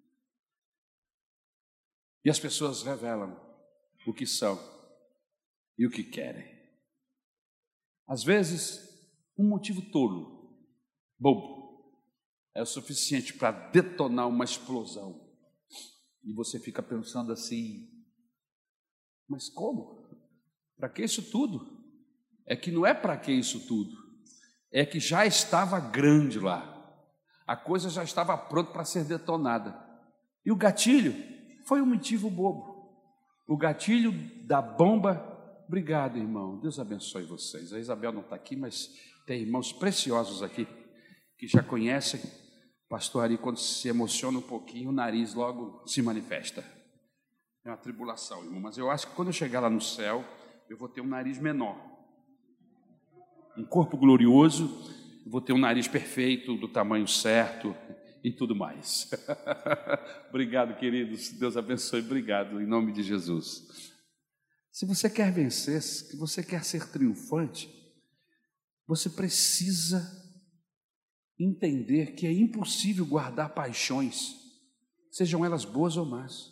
E as pessoas revelam o que são e o que querem. Às vezes, um motivo tolo, bobo, é o suficiente para detonar uma explosão. E você fica pensando assim, mas como? Para que isso tudo? É que não é para que isso tudo, é que já estava grande lá, a coisa já estava pronta para ser detonada. E o gatilho foi um motivo bobo. O gatilho da bomba. Obrigado, irmão, Deus abençoe vocês. A Isabel não está aqui, mas tem irmãos preciosos aqui, que já conhecem. Pastor Ari, quando se emociona um pouquinho, o nariz logo se manifesta. É uma tribulação, irmão, mas eu acho que quando eu chegar lá no céu, eu vou ter um nariz menor. um corpo glorioso, vou ter um nariz perfeito, do tamanho certo e tudo mais. Obrigado, queridos. Deus abençoe. Obrigado, em nome de Jesus. Se você quer vencer, se você quer ser triunfante, você precisa entender que é impossível guardar paixões, sejam elas boas ou más.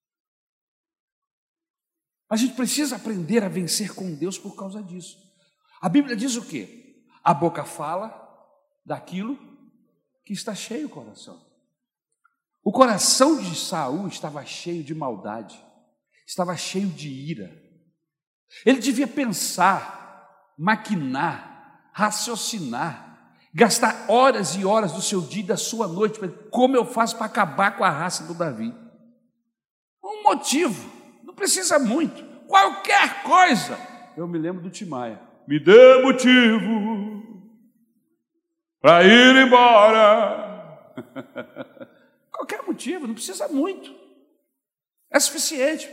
A gente precisa aprender a vencer com Deus por causa disso. A Bíblia diz o quê? A boca fala daquilo que está cheio o coração. O coração de Saul estava cheio de maldade, estava cheio de ira. Ele devia pensar, maquinar, raciocinar, gastar horas e horas do seu dia e da sua noite para como eu faço para acabar com a raça do Davi. Um motivo, não precisa muito, qualquer coisa. Eu me lembro do Timaia. Me dê motivo para ir embora. Qualquer motivo, não precisa muito, é suficiente.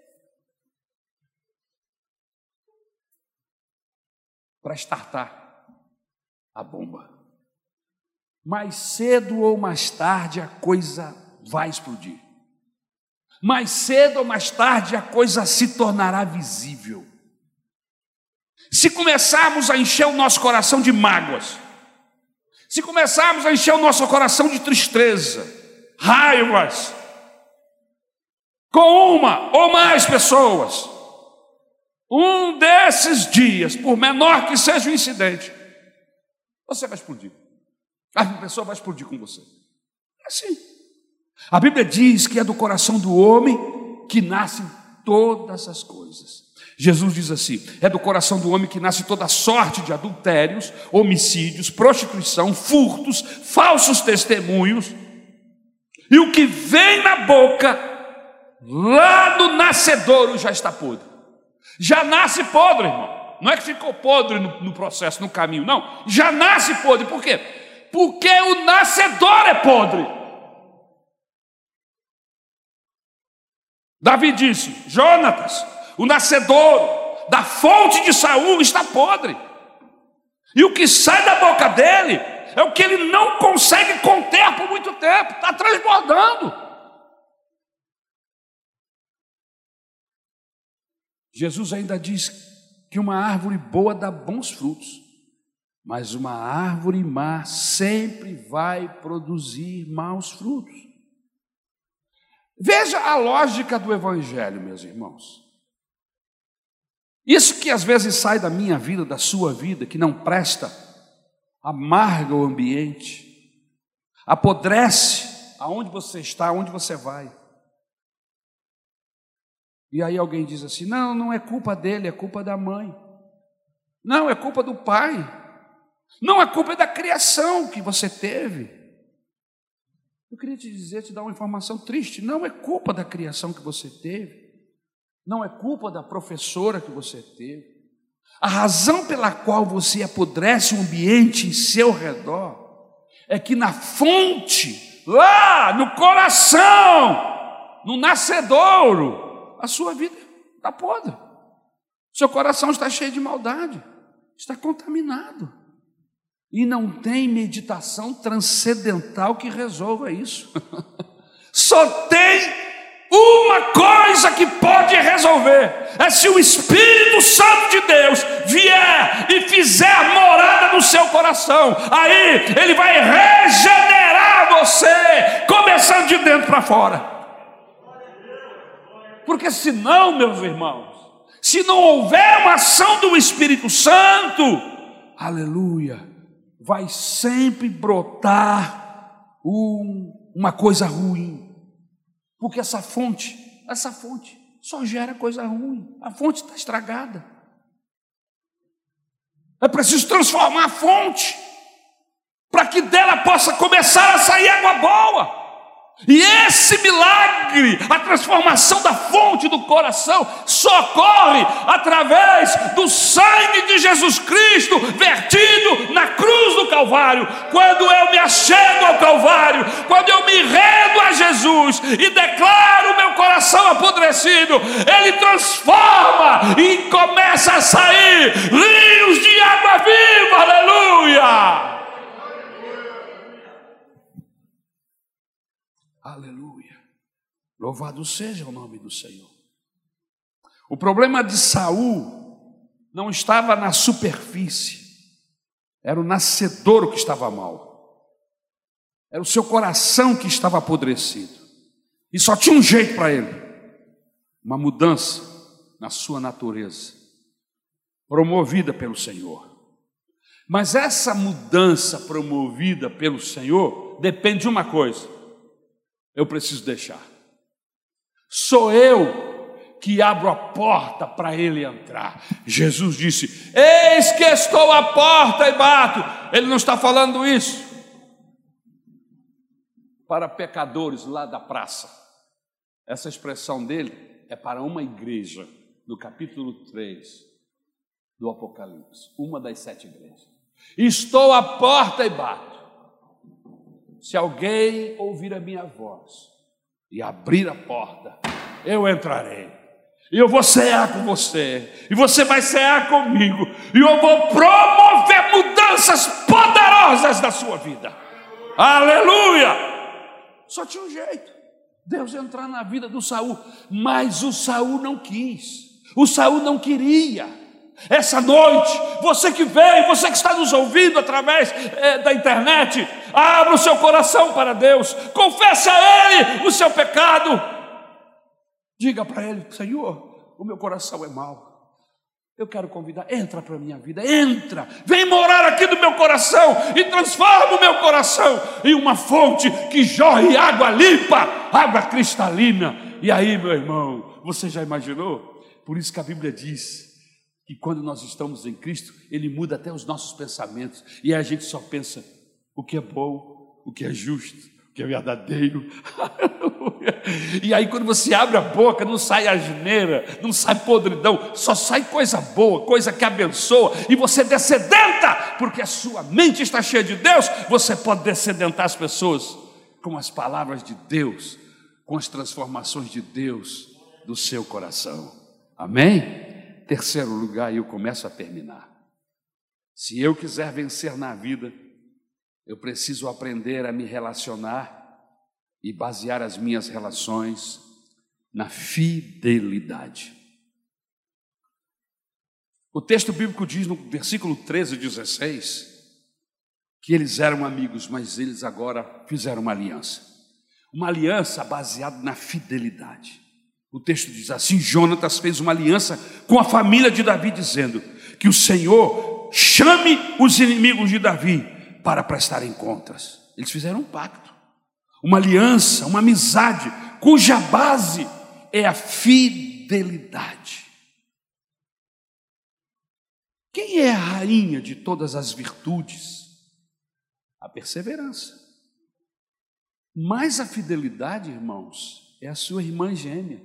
Para startar a bomba. Mais cedo ou mais tarde a coisa vai explodir. Mais cedo ou mais tarde a coisa se tornará visível. Se começarmos a encher o nosso coração de mágoas, se começarmos a encher o nosso coração de tristeza, raivas, com uma ou mais pessoas, um desses dias, por menor que seja o incidente, você vai explodir. A pessoa vai explodir com você. É assim. A Bíblia diz que é do coração do homem que nascem todas as coisas. Jesus diz assim: é do coração do homem que nasce toda sorte de adultérios, homicídios, prostituição, furtos, falsos testemunhos. E o que vem na boca, lá do nascedouro, já está podre. Já nasce podre, irmão. Não é que ficou podre no processo, no caminho, não. Já nasce podre. Por quê? Porque o nascedor é podre. Davi disse: Jonatas, o nascedor da fonte de Saul está podre. E o que sai da boca dele é o que ele não consegue conter por muito tempo. Está transbordando. Jesus ainda diz que uma árvore boa dá bons frutos, mas uma árvore má sempre vai produzir maus frutos. Veja a lógica do Evangelho, meus irmãos. Isso que às vezes sai da minha vida, da sua vida, que não presta, amarga o ambiente, apodrece aonde você está, aonde você vai. E aí alguém diz assim: não, não é culpa dele, é culpa da mãe. Não, é culpa do pai. Não, é culpa da criação que você teve. Eu queria te dizer, te dar uma informação triste. Não é culpa da criação que você teve. Não é culpa da professora que você teve. A razão pela qual você apodrece o ambiente em seu redor é que na fonte, lá no coração, no nascedouro, a sua vida está podre. Seu coração está cheio de maldade, está contaminado. E não tem meditação transcendental que resolva isso. Só tem uma coisa que pode resolver: é se o Espírito Santo de Deus vier e fizer morada no seu coração. Aí ele vai regenerar você, começando de dentro para fora. Porque senão, meus irmãos, se não houver uma ação do Espírito Santo, aleluia, vai sempre brotar uma coisa ruim. Porque essa fonte só gera coisa ruim. A fonte está estragada. É preciso transformar a fonte para que dela possa começar a sair água boa. E esse milagre, a transformação da fonte do coração, só ocorre através do sangue de Jesus Cristo vertido na cruz do Calvário. Quando eu me achego ao Calvário, quando eu me rendo a Jesus e declaro o meu coração coração apodrecido, Ele transforma e começa a sair rios de água viva, aleluia! Aleluia! Louvado seja o nome do Senhor. O problema de Saul não estava na superfície, era o nascedouro que estava mal, era o seu coração que estava apodrecido, e só tinha um jeito para ele: uma mudança na sua natureza, promovida pelo Senhor. Mas essa mudança promovida pelo Senhor depende de uma coisa: eu preciso deixar. Sou eu que abro a porta para ele entrar. Jesus disse: eis que estou à porta e bato. Ele não está falando isso para pecadores lá da praça. Essa expressão dele é para uma igreja, no capítulo 3 do Apocalipse, uma das 7 igrejas. Estou à porta e bato. Se alguém ouvir a minha voz e abrir a porta, eu entrarei. E eu vou cear com você, e você vai cear comigo, e eu vou promover mudanças poderosas na sua vida. Aleluia! Só tinha um jeito: Deus entrar na vida do Saul. Mas o Saul não quis, o Saul não queria. Essa noite, você que veio, você que está nos ouvindo através da internet, abra o seu coração para Deus, confesse a Ele o seu pecado. Diga para Ele: Senhor, o meu coração é mau, eu quero convidar, entra para a minha vida, entra, vem morar aqui no meu coração e transforma o meu coração em uma fonte que jorre água limpa, água cristalina. E aí, meu irmão, você já imaginou? Por isso que a Bíblia diz que quando nós estamos em Cristo, Ele muda até os nossos pensamentos, e a gente só pensa o que é bom, o que é justo, o que é verdadeiro. E aí quando você abre a boca, não sai asneira, não sai podridão, só sai coisa boa, coisa que abençoa, e você descedenta, porque a sua mente está cheia de Deus. Você pode descedentar as pessoas com as palavras de Deus, com as transformações de Deus do seu coração. Amém? Terceiro lugar, e eu começo a terminar. Se eu quiser vencer na vida, eu preciso aprender a me relacionar e basear as minhas relações na fidelidade. O texto bíblico diz no versículo 13 e 16 que eles eram amigos, mas eles agora fizeram uma aliança. Uma aliança baseada na fidelidade. O texto diz assim: Jonatas fez uma aliança com a família de Davi, dizendo que o Senhor chame os inimigos de Davi para prestarem contas. Eles fizeram um pacto, uma aliança, uma amizade, cuja base é a fidelidade. Quem é a rainha de todas as virtudes? A perseverança. Mas a fidelidade, irmãos, é a sua irmã gêmea.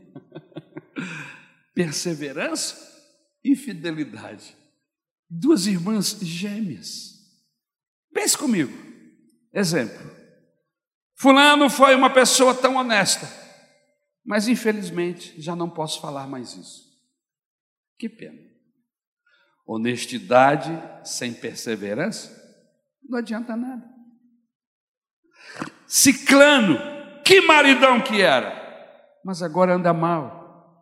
Perseverança e fidelidade, duas irmãs gêmeas. Pense comigo. Exemplo: fulano foi uma pessoa tão honesta, mas infelizmente já não posso falar mais isso. Que pena. Honestidade sem perseverança não adianta nada. Ciclano, que maridão que era, mas agora anda mal.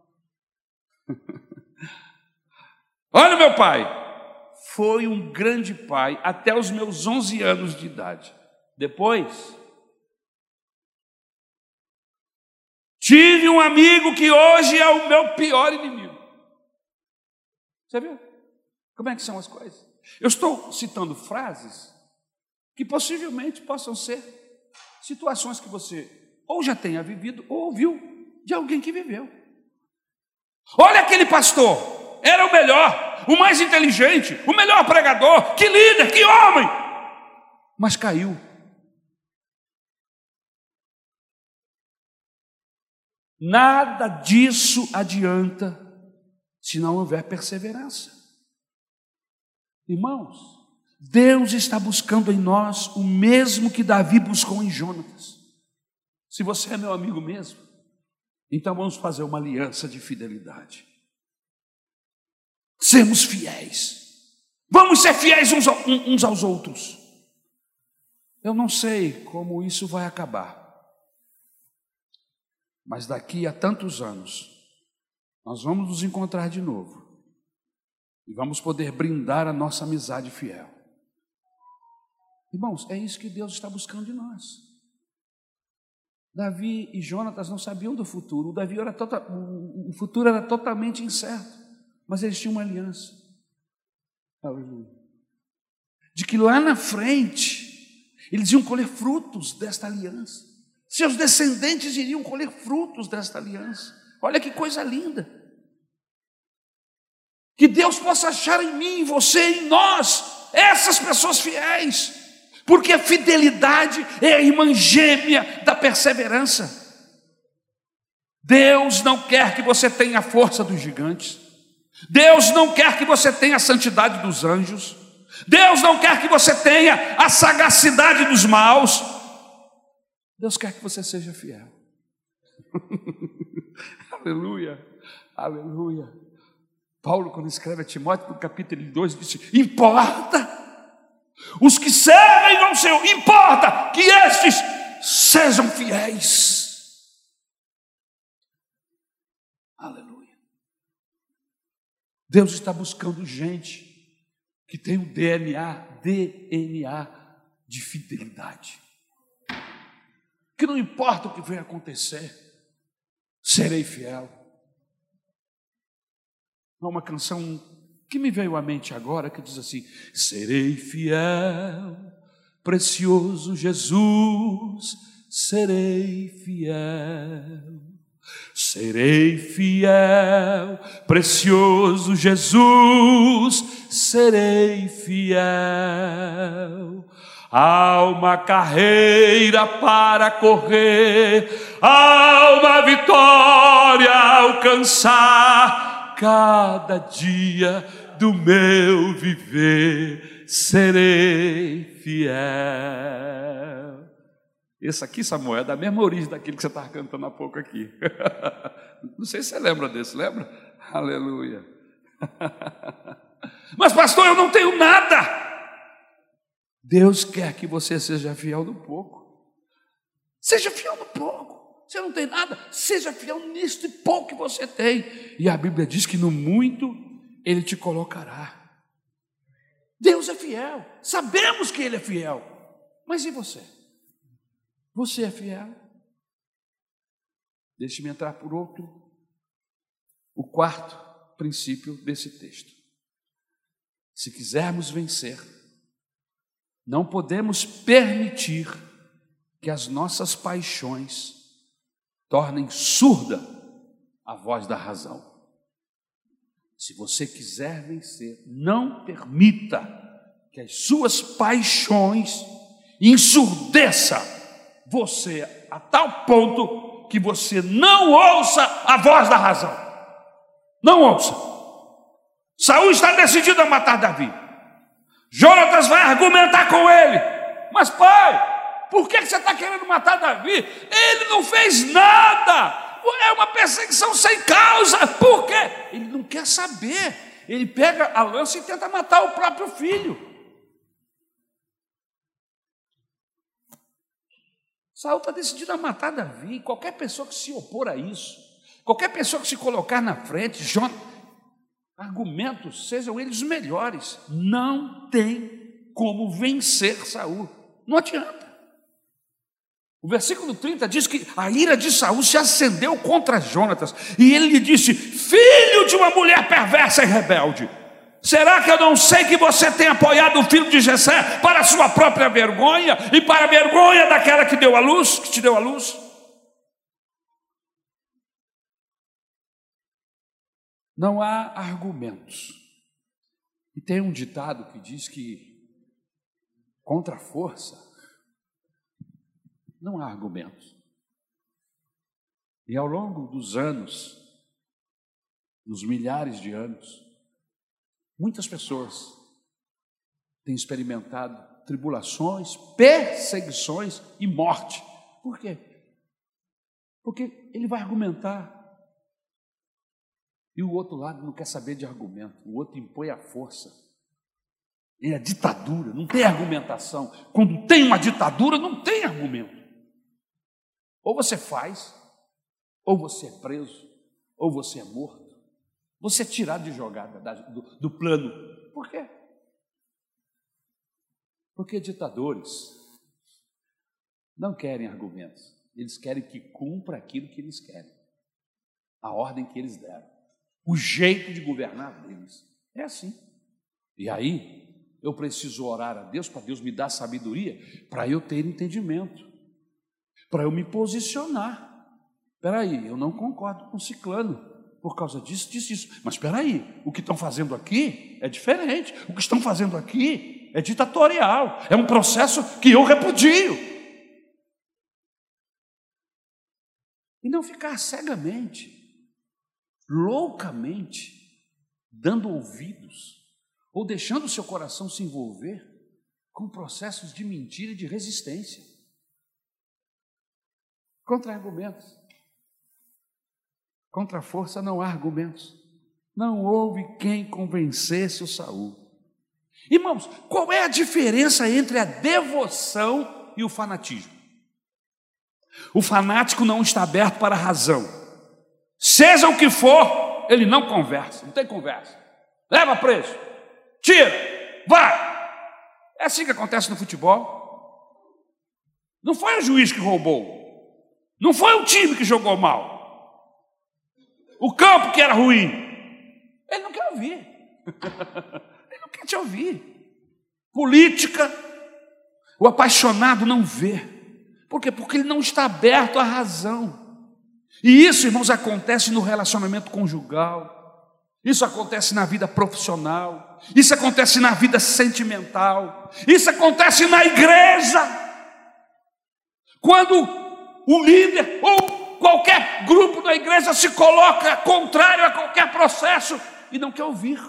Olha, meu pai foi um grande pai até os meus 11 anos de idade. Depois, tive um amigo que hoje é o meu pior inimigo. Você viu como é que são as coisas? Eu estou citando frases que possivelmente possam ser situações que você ou já tenha vivido ou ouviu de alguém que viveu. Olha aquele pastor, era o melhor, o mais inteligente, o melhor pregador, que líder, que homem, mas caiu. Nada disso adianta se não houver perseverança. Irmãos, Deus está buscando em nós o mesmo que Davi buscou em Jonatas. Se você é meu amigo mesmo, Então vamos fazer uma aliança de fidelidade. Sermos fiéis. Vamos ser fiéis uns aos outros. Eu não sei como isso vai acabar, mas daqui a tantos anos, nós vamos nos encontrar de novo e vamos poder brindar a nossa amizade fiel. Irmãos, é isso que Deus está buscando de nós. Davi e Jonatas não sabiam do futuro. O futuro era totalmente incerto, mas eles tinham uma aliança. Aleluia. De que lá na frente eles iam colher frutos desta aliança. Seus descendentes iriam colher frutos desta aliança. Olha que coisa linda. Que Deus possa achar em mim, em você, em nós, essas pessoas fiéis. Porque a fidelidade é a irmã gêmea da perseverança. Deus não quer que você tenha a força dos gigantes. Deus não quer que você tenha a santidade dos anjos. Deus não quer que você tenha a sagacidade dos maus. Deus quer que você seja fiel. Aleluia, aleluia. Paulo, quando escreve a Timóteo, no capítulo 2, disse: importa, os que servem ao Senhor, importa que estes sejam fiéis. Aleluia. Deus está buscando gente que tem o DNA de fidelidade. Que não importa o que venha acontecer, serei fiel. Há uma canção que me veio à mente agora que diz assim: serei fiel, precioso Jesus, serei fiel. Serei fiel, precioso Jesus, serei fiel. Há uma carreira para correr, há uma vitória a alcançar. Cada dia do meu viver serei fiel. Esse aqui, Samuel, é da mesma origem daquele que você estava cantando há pouco aqui. Não sei se você lembra desse, lembra? Aleluia. Mas pastor, eu não tenho nada. Deus quer que você seja fiel no pouco. Seja fiel no pouco. Você não tem nada, seja fiel nisto pouco que você tem. E a Bíblia diz que no muito Ele te colocará. Deus é fiel, sabemos que Ele é fiel. Mas e você? Você é fiel? Deixe-me entrar por o quarto princípio desse texto. Se quisermos vencer, não podemos permitir que as nossas paixões tornem surda a voz da razão. Se você quiser vencer, não permita que as suas paixões ensurdeçam você a tal ponto que você não ouça a voz da razão. Não ouça. Saul está decidido a matar Davi. Jonatas vai argumentar com ele. Mas pai, por que você está querendo matar Davi? Ele não fez nada. É uma perseguição sem causa. Por quê? Ele não quer saber. Ele pega a lança e tenta matar o próprio filho. Saul está decidido a matar Davi. Qualquer pessoa que se opor a isso, qualquer pessoa que se colocar na frente, argumentos, sejam eles os melhores, não tem como vencer Saul. Não adianta. O versículo 30 diz que a ira de Saul se acendeu contra Jonatas, e ele lhe disse: filho de uma mulher perversa e rebelde, será que eu não sei que você tem apoiado o filho de Jessé para a sua própria vergonha e para a vergonha daquela que deu a luz, que te deu a luz? Não há argumentos. E tem um ditado que diz que contra a força não há argumentos. E ao longo dos anos, nos milhares de anos, muitas pessoas têm experimentado tribulações, perseguições e morte. Por quê? Porque ele vai argumentar. E o outro lado não quer saber de argumento, o outro impõe a força. É a ditadura, não tem argumentação. Quando tem uma ditadura, não tem argumento. Ou você faz, ou você é preso, ou você é morto. Você é tirado de jogada do plano. Por quê? Porque ditadores não querem argumentos. Eles querem que cumpra aquilo que eles querem. A ordem que eles deram. O jeito de governar deles. É assim. E aí, eu preciso orar a Deus, para Deus me dar sabedoria, para eu ter entendimento, para eu me posicionar. Espera aí, eu não concordo com o ciclano, por causa disso, disso. Mas espera aí, o que estão fazendo aqui é diferente. O que estão fazendo aqui é ditatorial. É um processo que eu repudio. E não ficar cegamente, loucamente, dando ouvidos, ou deixando o seu coração se envolver com processos de mentira e de resistência. Contra argumentos. Contra a força não há argumentos. Não houve quem convencesse o Saul. Irmãos, qual é a diferença entre a devoção e o fanatismo? O fanático não está aberto para a razão. Seja o que for, ele não conversa, não tem conversa. Leva preso, tira, vai. É assim que acontece no futebol. Não foi o juiz que roubou, não foi o time que jogou mal, o campo que era ruim. Ele não quer ouvir. Ele não quer te ouvir. Política, o apaixonado não vê. Por quê? Porque ele não está aberto à razão. E isso, irmãos, acontece no relacionamento conjugal, isso acontece na vida profissional, isso acontece na vida sentimental, isso acontece na igreja. Quando o líder ou qualquer grupo da igreja se coloca contrário a qualquer processo e não quer ouvir,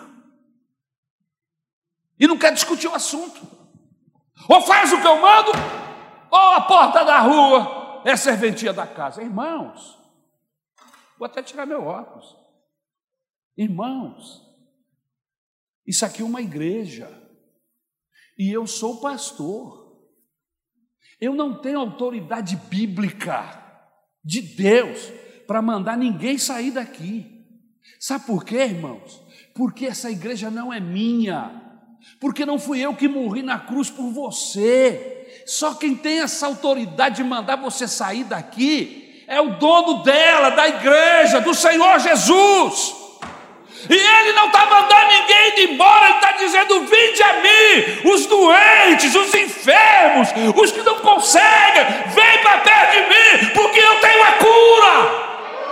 e não quer discutir o assunto, ou faz o que eu mando, ou a porta da rua é serventia da casa. Irmãos, vou até tirar meu óculos. Irmãos, isso aqui é uma igreja, e eu sou pastor. Eu não tenho autoridade bíblica de Deus para mandar ninguém sair daqui. Sabe por quê, irmãos? Porque essa igreja não é minha, porque não fui eu que morri na cruz por você. Só quem tem essa autoridade de mandar você sair daqui é o dono dela, da igreja, do Senhor Jesus. E Ele não está mandando ninguém ir embora, Ele está dizendo: vinde a mim, os doentes, os enfermos, os que não conseguem, vem para perto de mim, porque eu tenho a cura.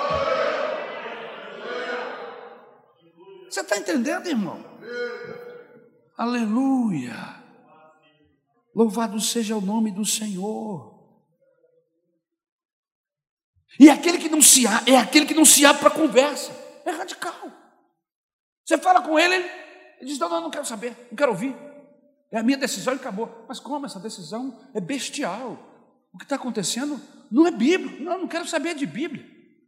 Você está entendendo, irmão? Aleluia! Louvado seja o nome do Senhor. E aquele que não se abre, é aquele que não se abre para conversa, é radical. Você fala com ele, ele diz: não, não quero saber, não quero ouvir, é a minha decisão e acabou. Mas como essa decisão é bestial? O que está acontecendo não é bíblico. Não quero saber de Bíblia.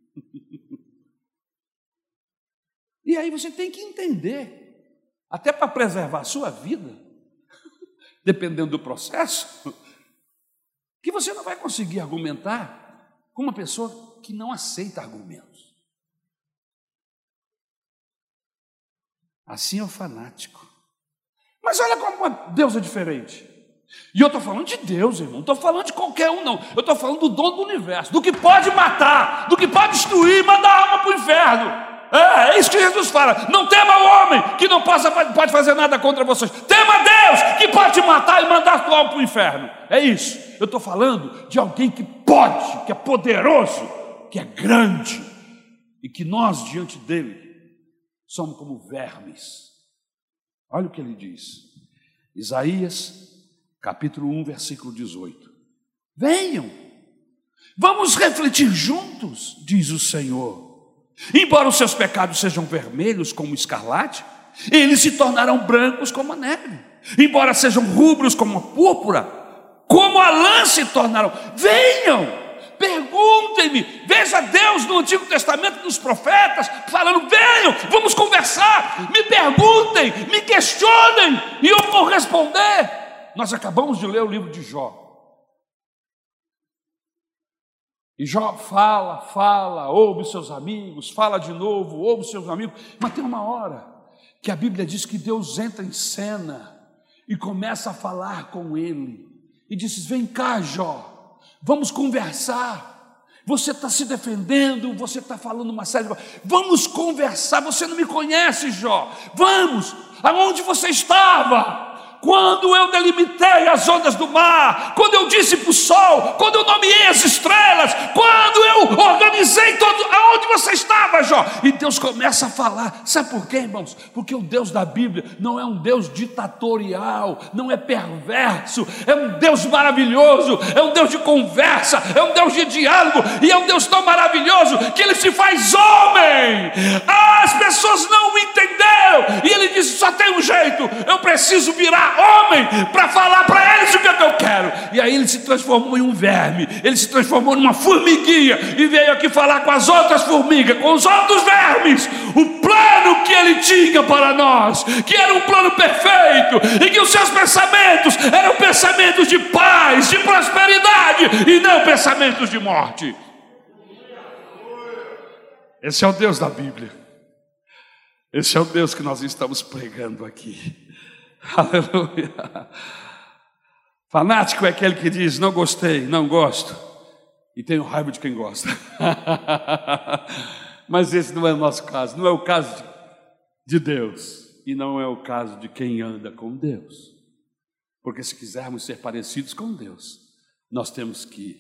E aí você tem que entender, até para preservar a sua vida, dependendo do processo, que você não vai conseguir argumentar com uma pessoa que não aceita argumentos. Assim é o fanático. Mas olha como Deus é diferente. E eu estou falando de Deus, irmão. Não estou falando de qualquer um, não. Eu estou falando do dono do universo, do que pode matar, do que pode destruir, mandar a alma para o inferno. É isso que Jesus fala: não tema o homem que não pode fazer nada contra vocês. Tema Deus que pode te matar e mandar a tua alma para o inferno. É isso. Eu estou falando de alguém que pode, que é poderoso, que é grande, e que nós diante dele somos como vermes. Olha o que ele diz. Isaías, capítulo 1, versículo 18. Venham, vamos refletir juntos, diz o Senhor. Embora os seus pecados sejam vermelhos como escarlate, eles se tornarão brancos como a neve. Embora sejam rubros como a púrpura, como a lã se tornarão. Venham, Perguntem-me. Veja Deus no Antigo Testamento, nos profetas, falando: venham, vamos conversar, me perguntem, me questionem, e eu vou responder. Nós acabamos de ler o livro de Jó. E Jó fala, ouve seus amigos, fala de novo, ouve seus amigos. Mas tem uma hora que a Bíblia diz que Deus entra em cena e começa a falar com ele. E diz: vem cá, Jó, vamos conversar. Você está se defendendo, você está falando uma série de coisas. Vamos conversar, você não me conhece, Jó. Vamos, aonde você estava? Quando eu delimitei as ondas do mar, quando eu disse para o sol, quando eu nomeei as estrelas, quando eu organizei todo, aonde você estava, Jó? E Deus começa a falar. Sabe por quê, irmãos? Porque o Deus da Bíblia não é um Deus ditatorial, não é perverso, é um Deus maravilhoso, é um Deus de conversa, é um Deus de diálogo, e é um Deus tão maravilhoso que Ele se faz homem. As pessoas não o entenderam, e Ele disse: só tem um jeito, eu preciso virar homem para falar para eles o que eu quero. E aí ele se transformou em um verme, ele se transformou numa formiguinha e veio aqui falar com as outras formigas, com os outros vermes, o plano que ele tinha para nós, que era um plano perfeito, e que os seus pensamentos eram pensamentos de paz, de prosperidade, e não pensamentos de morte. Esse é o Deus da Bíblia. Esse é o Deus que nós estamos pregando aqui. Aleluia. Fanático é aquele que diz: não gostei, não gosto, e tenho raiva de quem gosta. Mas esse não é o nosso caso, não é o caso de Deus, e não é o caso de quem anda com Deus. Porque se quisermos ser parecidos com Deus, nós temos que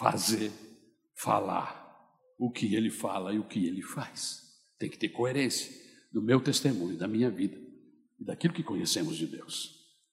falar o que Ele fala e o que Ele faz. Tem que ter coerência do meu testemunho, da minha vida e daquilo que conhecemos de Deus.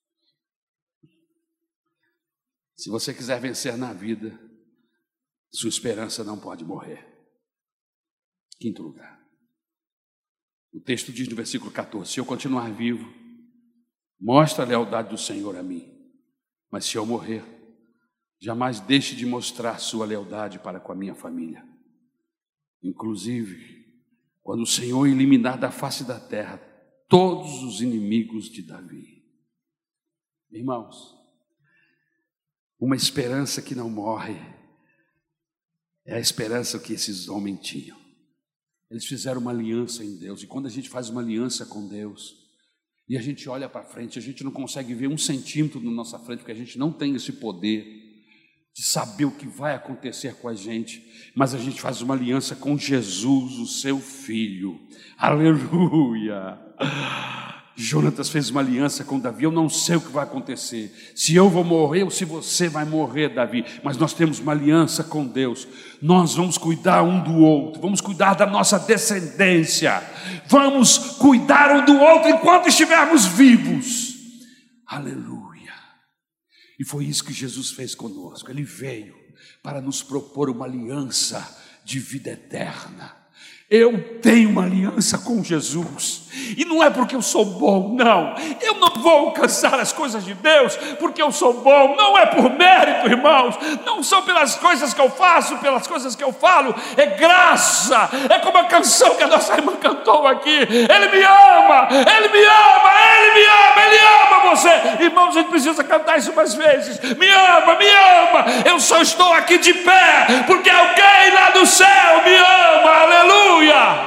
Se você quiser vencer na vida, sua esperança não pode morrer. Quinto lugar, o texto diz no versículo 14: se eu continuar vivo, mostra a lealdade do Senhor a mim, mas se eu morrer, jamais deixe de mostrar sua lealdade para com a minha família. Inclusive, quando o Senhor eliminar da face da terra todos os inimigos de Davi. Irmãos, uma esperança que não morre é a esperança que esses homens tinham. Eles fizeram uma aliança em Deus, e quando a gente faz uma aliança com Deus e a gente olha para frente, a gente não consegue ver 1 centímetro na nossa frente, porque a gente não tem esse poder de saber o que vai acontecer com a gente, mas a gente faz uma aliança com Jesus, o seu Filho. Aleluia! Jonatas fez uma aliança com Davi. Eu não sei o que vai acontecer, se eu vou morrer ou se você vai morrer, Davi, mas nós temos uma aliança com Deus. Nós vamos cuidar um do outro, vamos cuidar da nossa descendência, vamos cuidar um do outro enquanto estivermos vivos. Aleluia! E foi isso que Jesus fez conosco. Ele veio para nos propor uma aliança de vida eterna. Eu tenho uma aliança com Jesus, e não é porque eu sou bom, não. Eu não vou alcançar as coisas de Deus porque eu sou bom, não é por mérito, irmãos, não são pelas coisas que eu faço, pelas coisas que eu falo, é graça. É como a canção que a nossa irmã cantou aqui: Ele me ama, Ele me ama, Ele me ama, Ele ama você. Irmãos, a gente precisa cantar isso mais vezes: me ama, eu só estou aqui de pé porque alguém lá do céu me ama. Aleluia!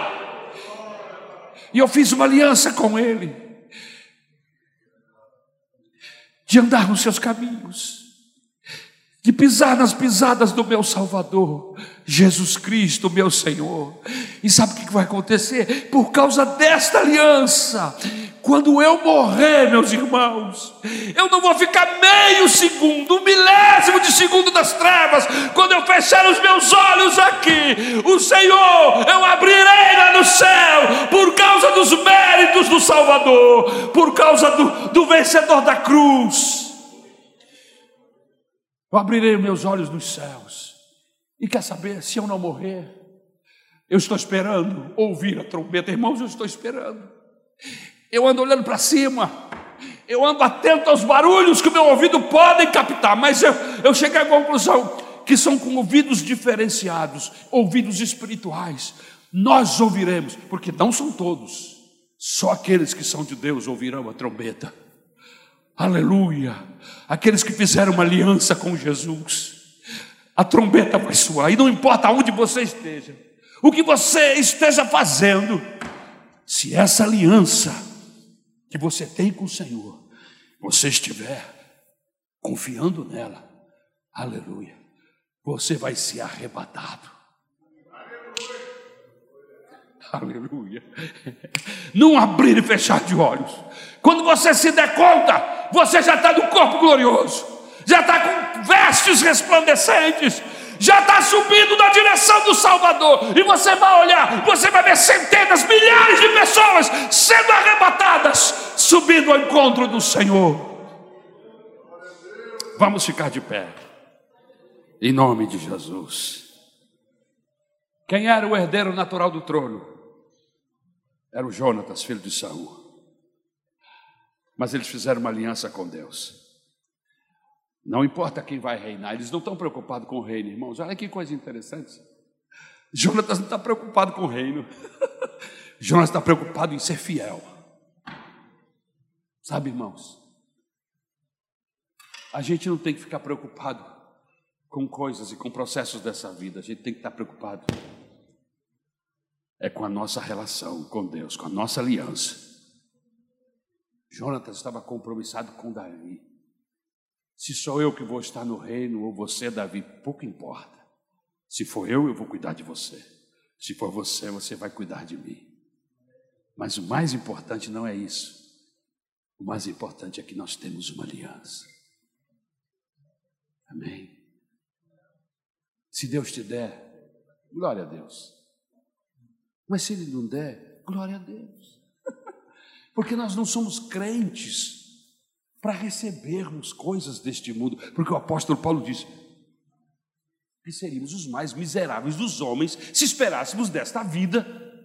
E eu fiz uma aliança com Ele, de andar nos seus caminhos, de pisar nas pisadas do meu Salvador, Jesus Cristo, meu Senhor. E sabe o que vai acontecer? Por causa desta aliança, quando eu morrer, meus irmãos, eu não vou ficar meio segundo, 1/1000 de segundo das trevas. Quando eu fechar os meus olhos aqui, o Senhor, eu abrirei lá no céu, por causa dos méritos do Salvador, por causa do vencedor da cruz. Eu abrirei meus olhos nos céus. E quer saber, se eu não morrer, eu estou esperando ouvir a trombeta. Irmãos, eu estou esperando. Eu ando olhando para cima, eu ando atento aos barulhos que o meu ouvido pode captar, mas eu cheguei à conclusão que são com ouvidos diferenciados, ouvidos espirituais, nós ouviremos, porque não são todos, só aqueles que são de Deus ouvirão a trombeta. Aleluia! Aqueles que fizeram uma aliança com Jesus, a trombeta vai soar, e não importa onde você esteja, o que você esteja fazendo, se essa aliança que você tem com o Senhor, você estiver confiando nela, aleluia, você vai ser arrebatado. Aleluia. Não abrir e fechar de olhos. Quando você se der conta, você já está no corpo glorioso, já está com vestes resplandecentes, já está subindo na direção do Salvador, e você vai olhar, você vai ver centenas, milhares de pessoas sendo arrebatadas, subindo ao encontro do Senhor. Vamos ficar de pé, em nome de Jesus. Quem era o herdeiro natural do trono? Era o Jonatas, filho de Saul. Mas eles fizeram uma aliança com Deus. Não importa quem vai reinar, eles não estão preocupados com o reino, irmãos. Olha que coisa interessante. Jonatas não está preocupado com o reino. Jonatas está preocupado em ser fiel. Sabe, irmãos, a gente não tem que ficar preocupado com coisas e com processos dessa vida. A gente tem que estar preocupado com a nossa relação com Deus, com a nossa aliança. Jonatas estava compromissado com Davi. Se sou eu que vou estar no reino ou você, Davi, pouco importa. Se for eu vou cuidar de você. Se for você, você vai cuidar de mim. Mas o mais importante não é isso. O mais importante é que nós temos uma aliança. Amém? Se Deus te der, glória a Deus. Mas se Ele não der, glória a Deus. Porque nós não somos crentes para recebermos coisas deste mundo. Porque o apóstolo Paulo disse que seríamos os mais miseráveis dos homens se esperássemos desta vida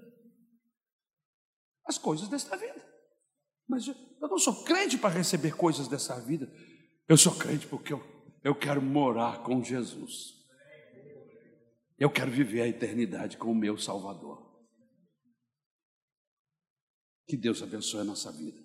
as coisas desta vida. Mas eu não sou crente para receber coisas dessa vida. Eu sou crente porque eu quero morar com Jesus. Eu quero viver a eternidade com o meu Salvador. Que Deus abençoe a nossa vida.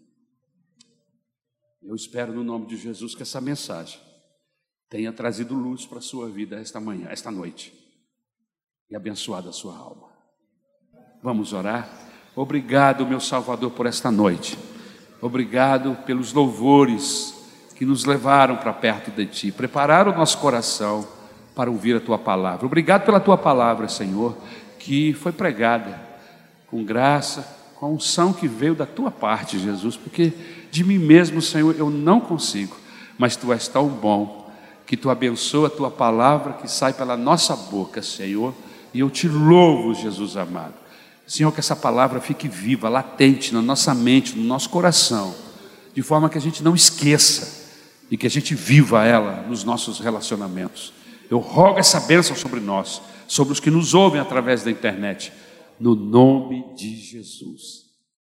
Eu espero no nome de Jesus que essa mensagem tenha trazido luz para a sua vida esta manhã, esta noite, e abençoado a sua alma. Vamos orar? Obrigado, meu Salvador, por esta noite. Obrigado pelos louvores que nos levaram para perto de Ti, prepararam o nosso coração para ouvir a Tua palavra. Obrigado pela Tua palavra, Senhor, que foi pregada com graça, com a unção que veio da Tua parte, Jesus, porque de mim mesmo, Senhor, eu não consigo, mas Tu és tão bom, que Tu abençoa a Tua palavra que sai pela nossa boca, Senhor, e eu Te louvo, Jesus amado. Senhor, que essa palavra fique viva, latente na nossa mente, no nosso coração, de forma que a gente não esqueça e que a gente viva ela nos nossos relacionamentos. Eu rogo essa bênção sobre nós, sobre os que nos ouvem através da internet, no nome de Jesus.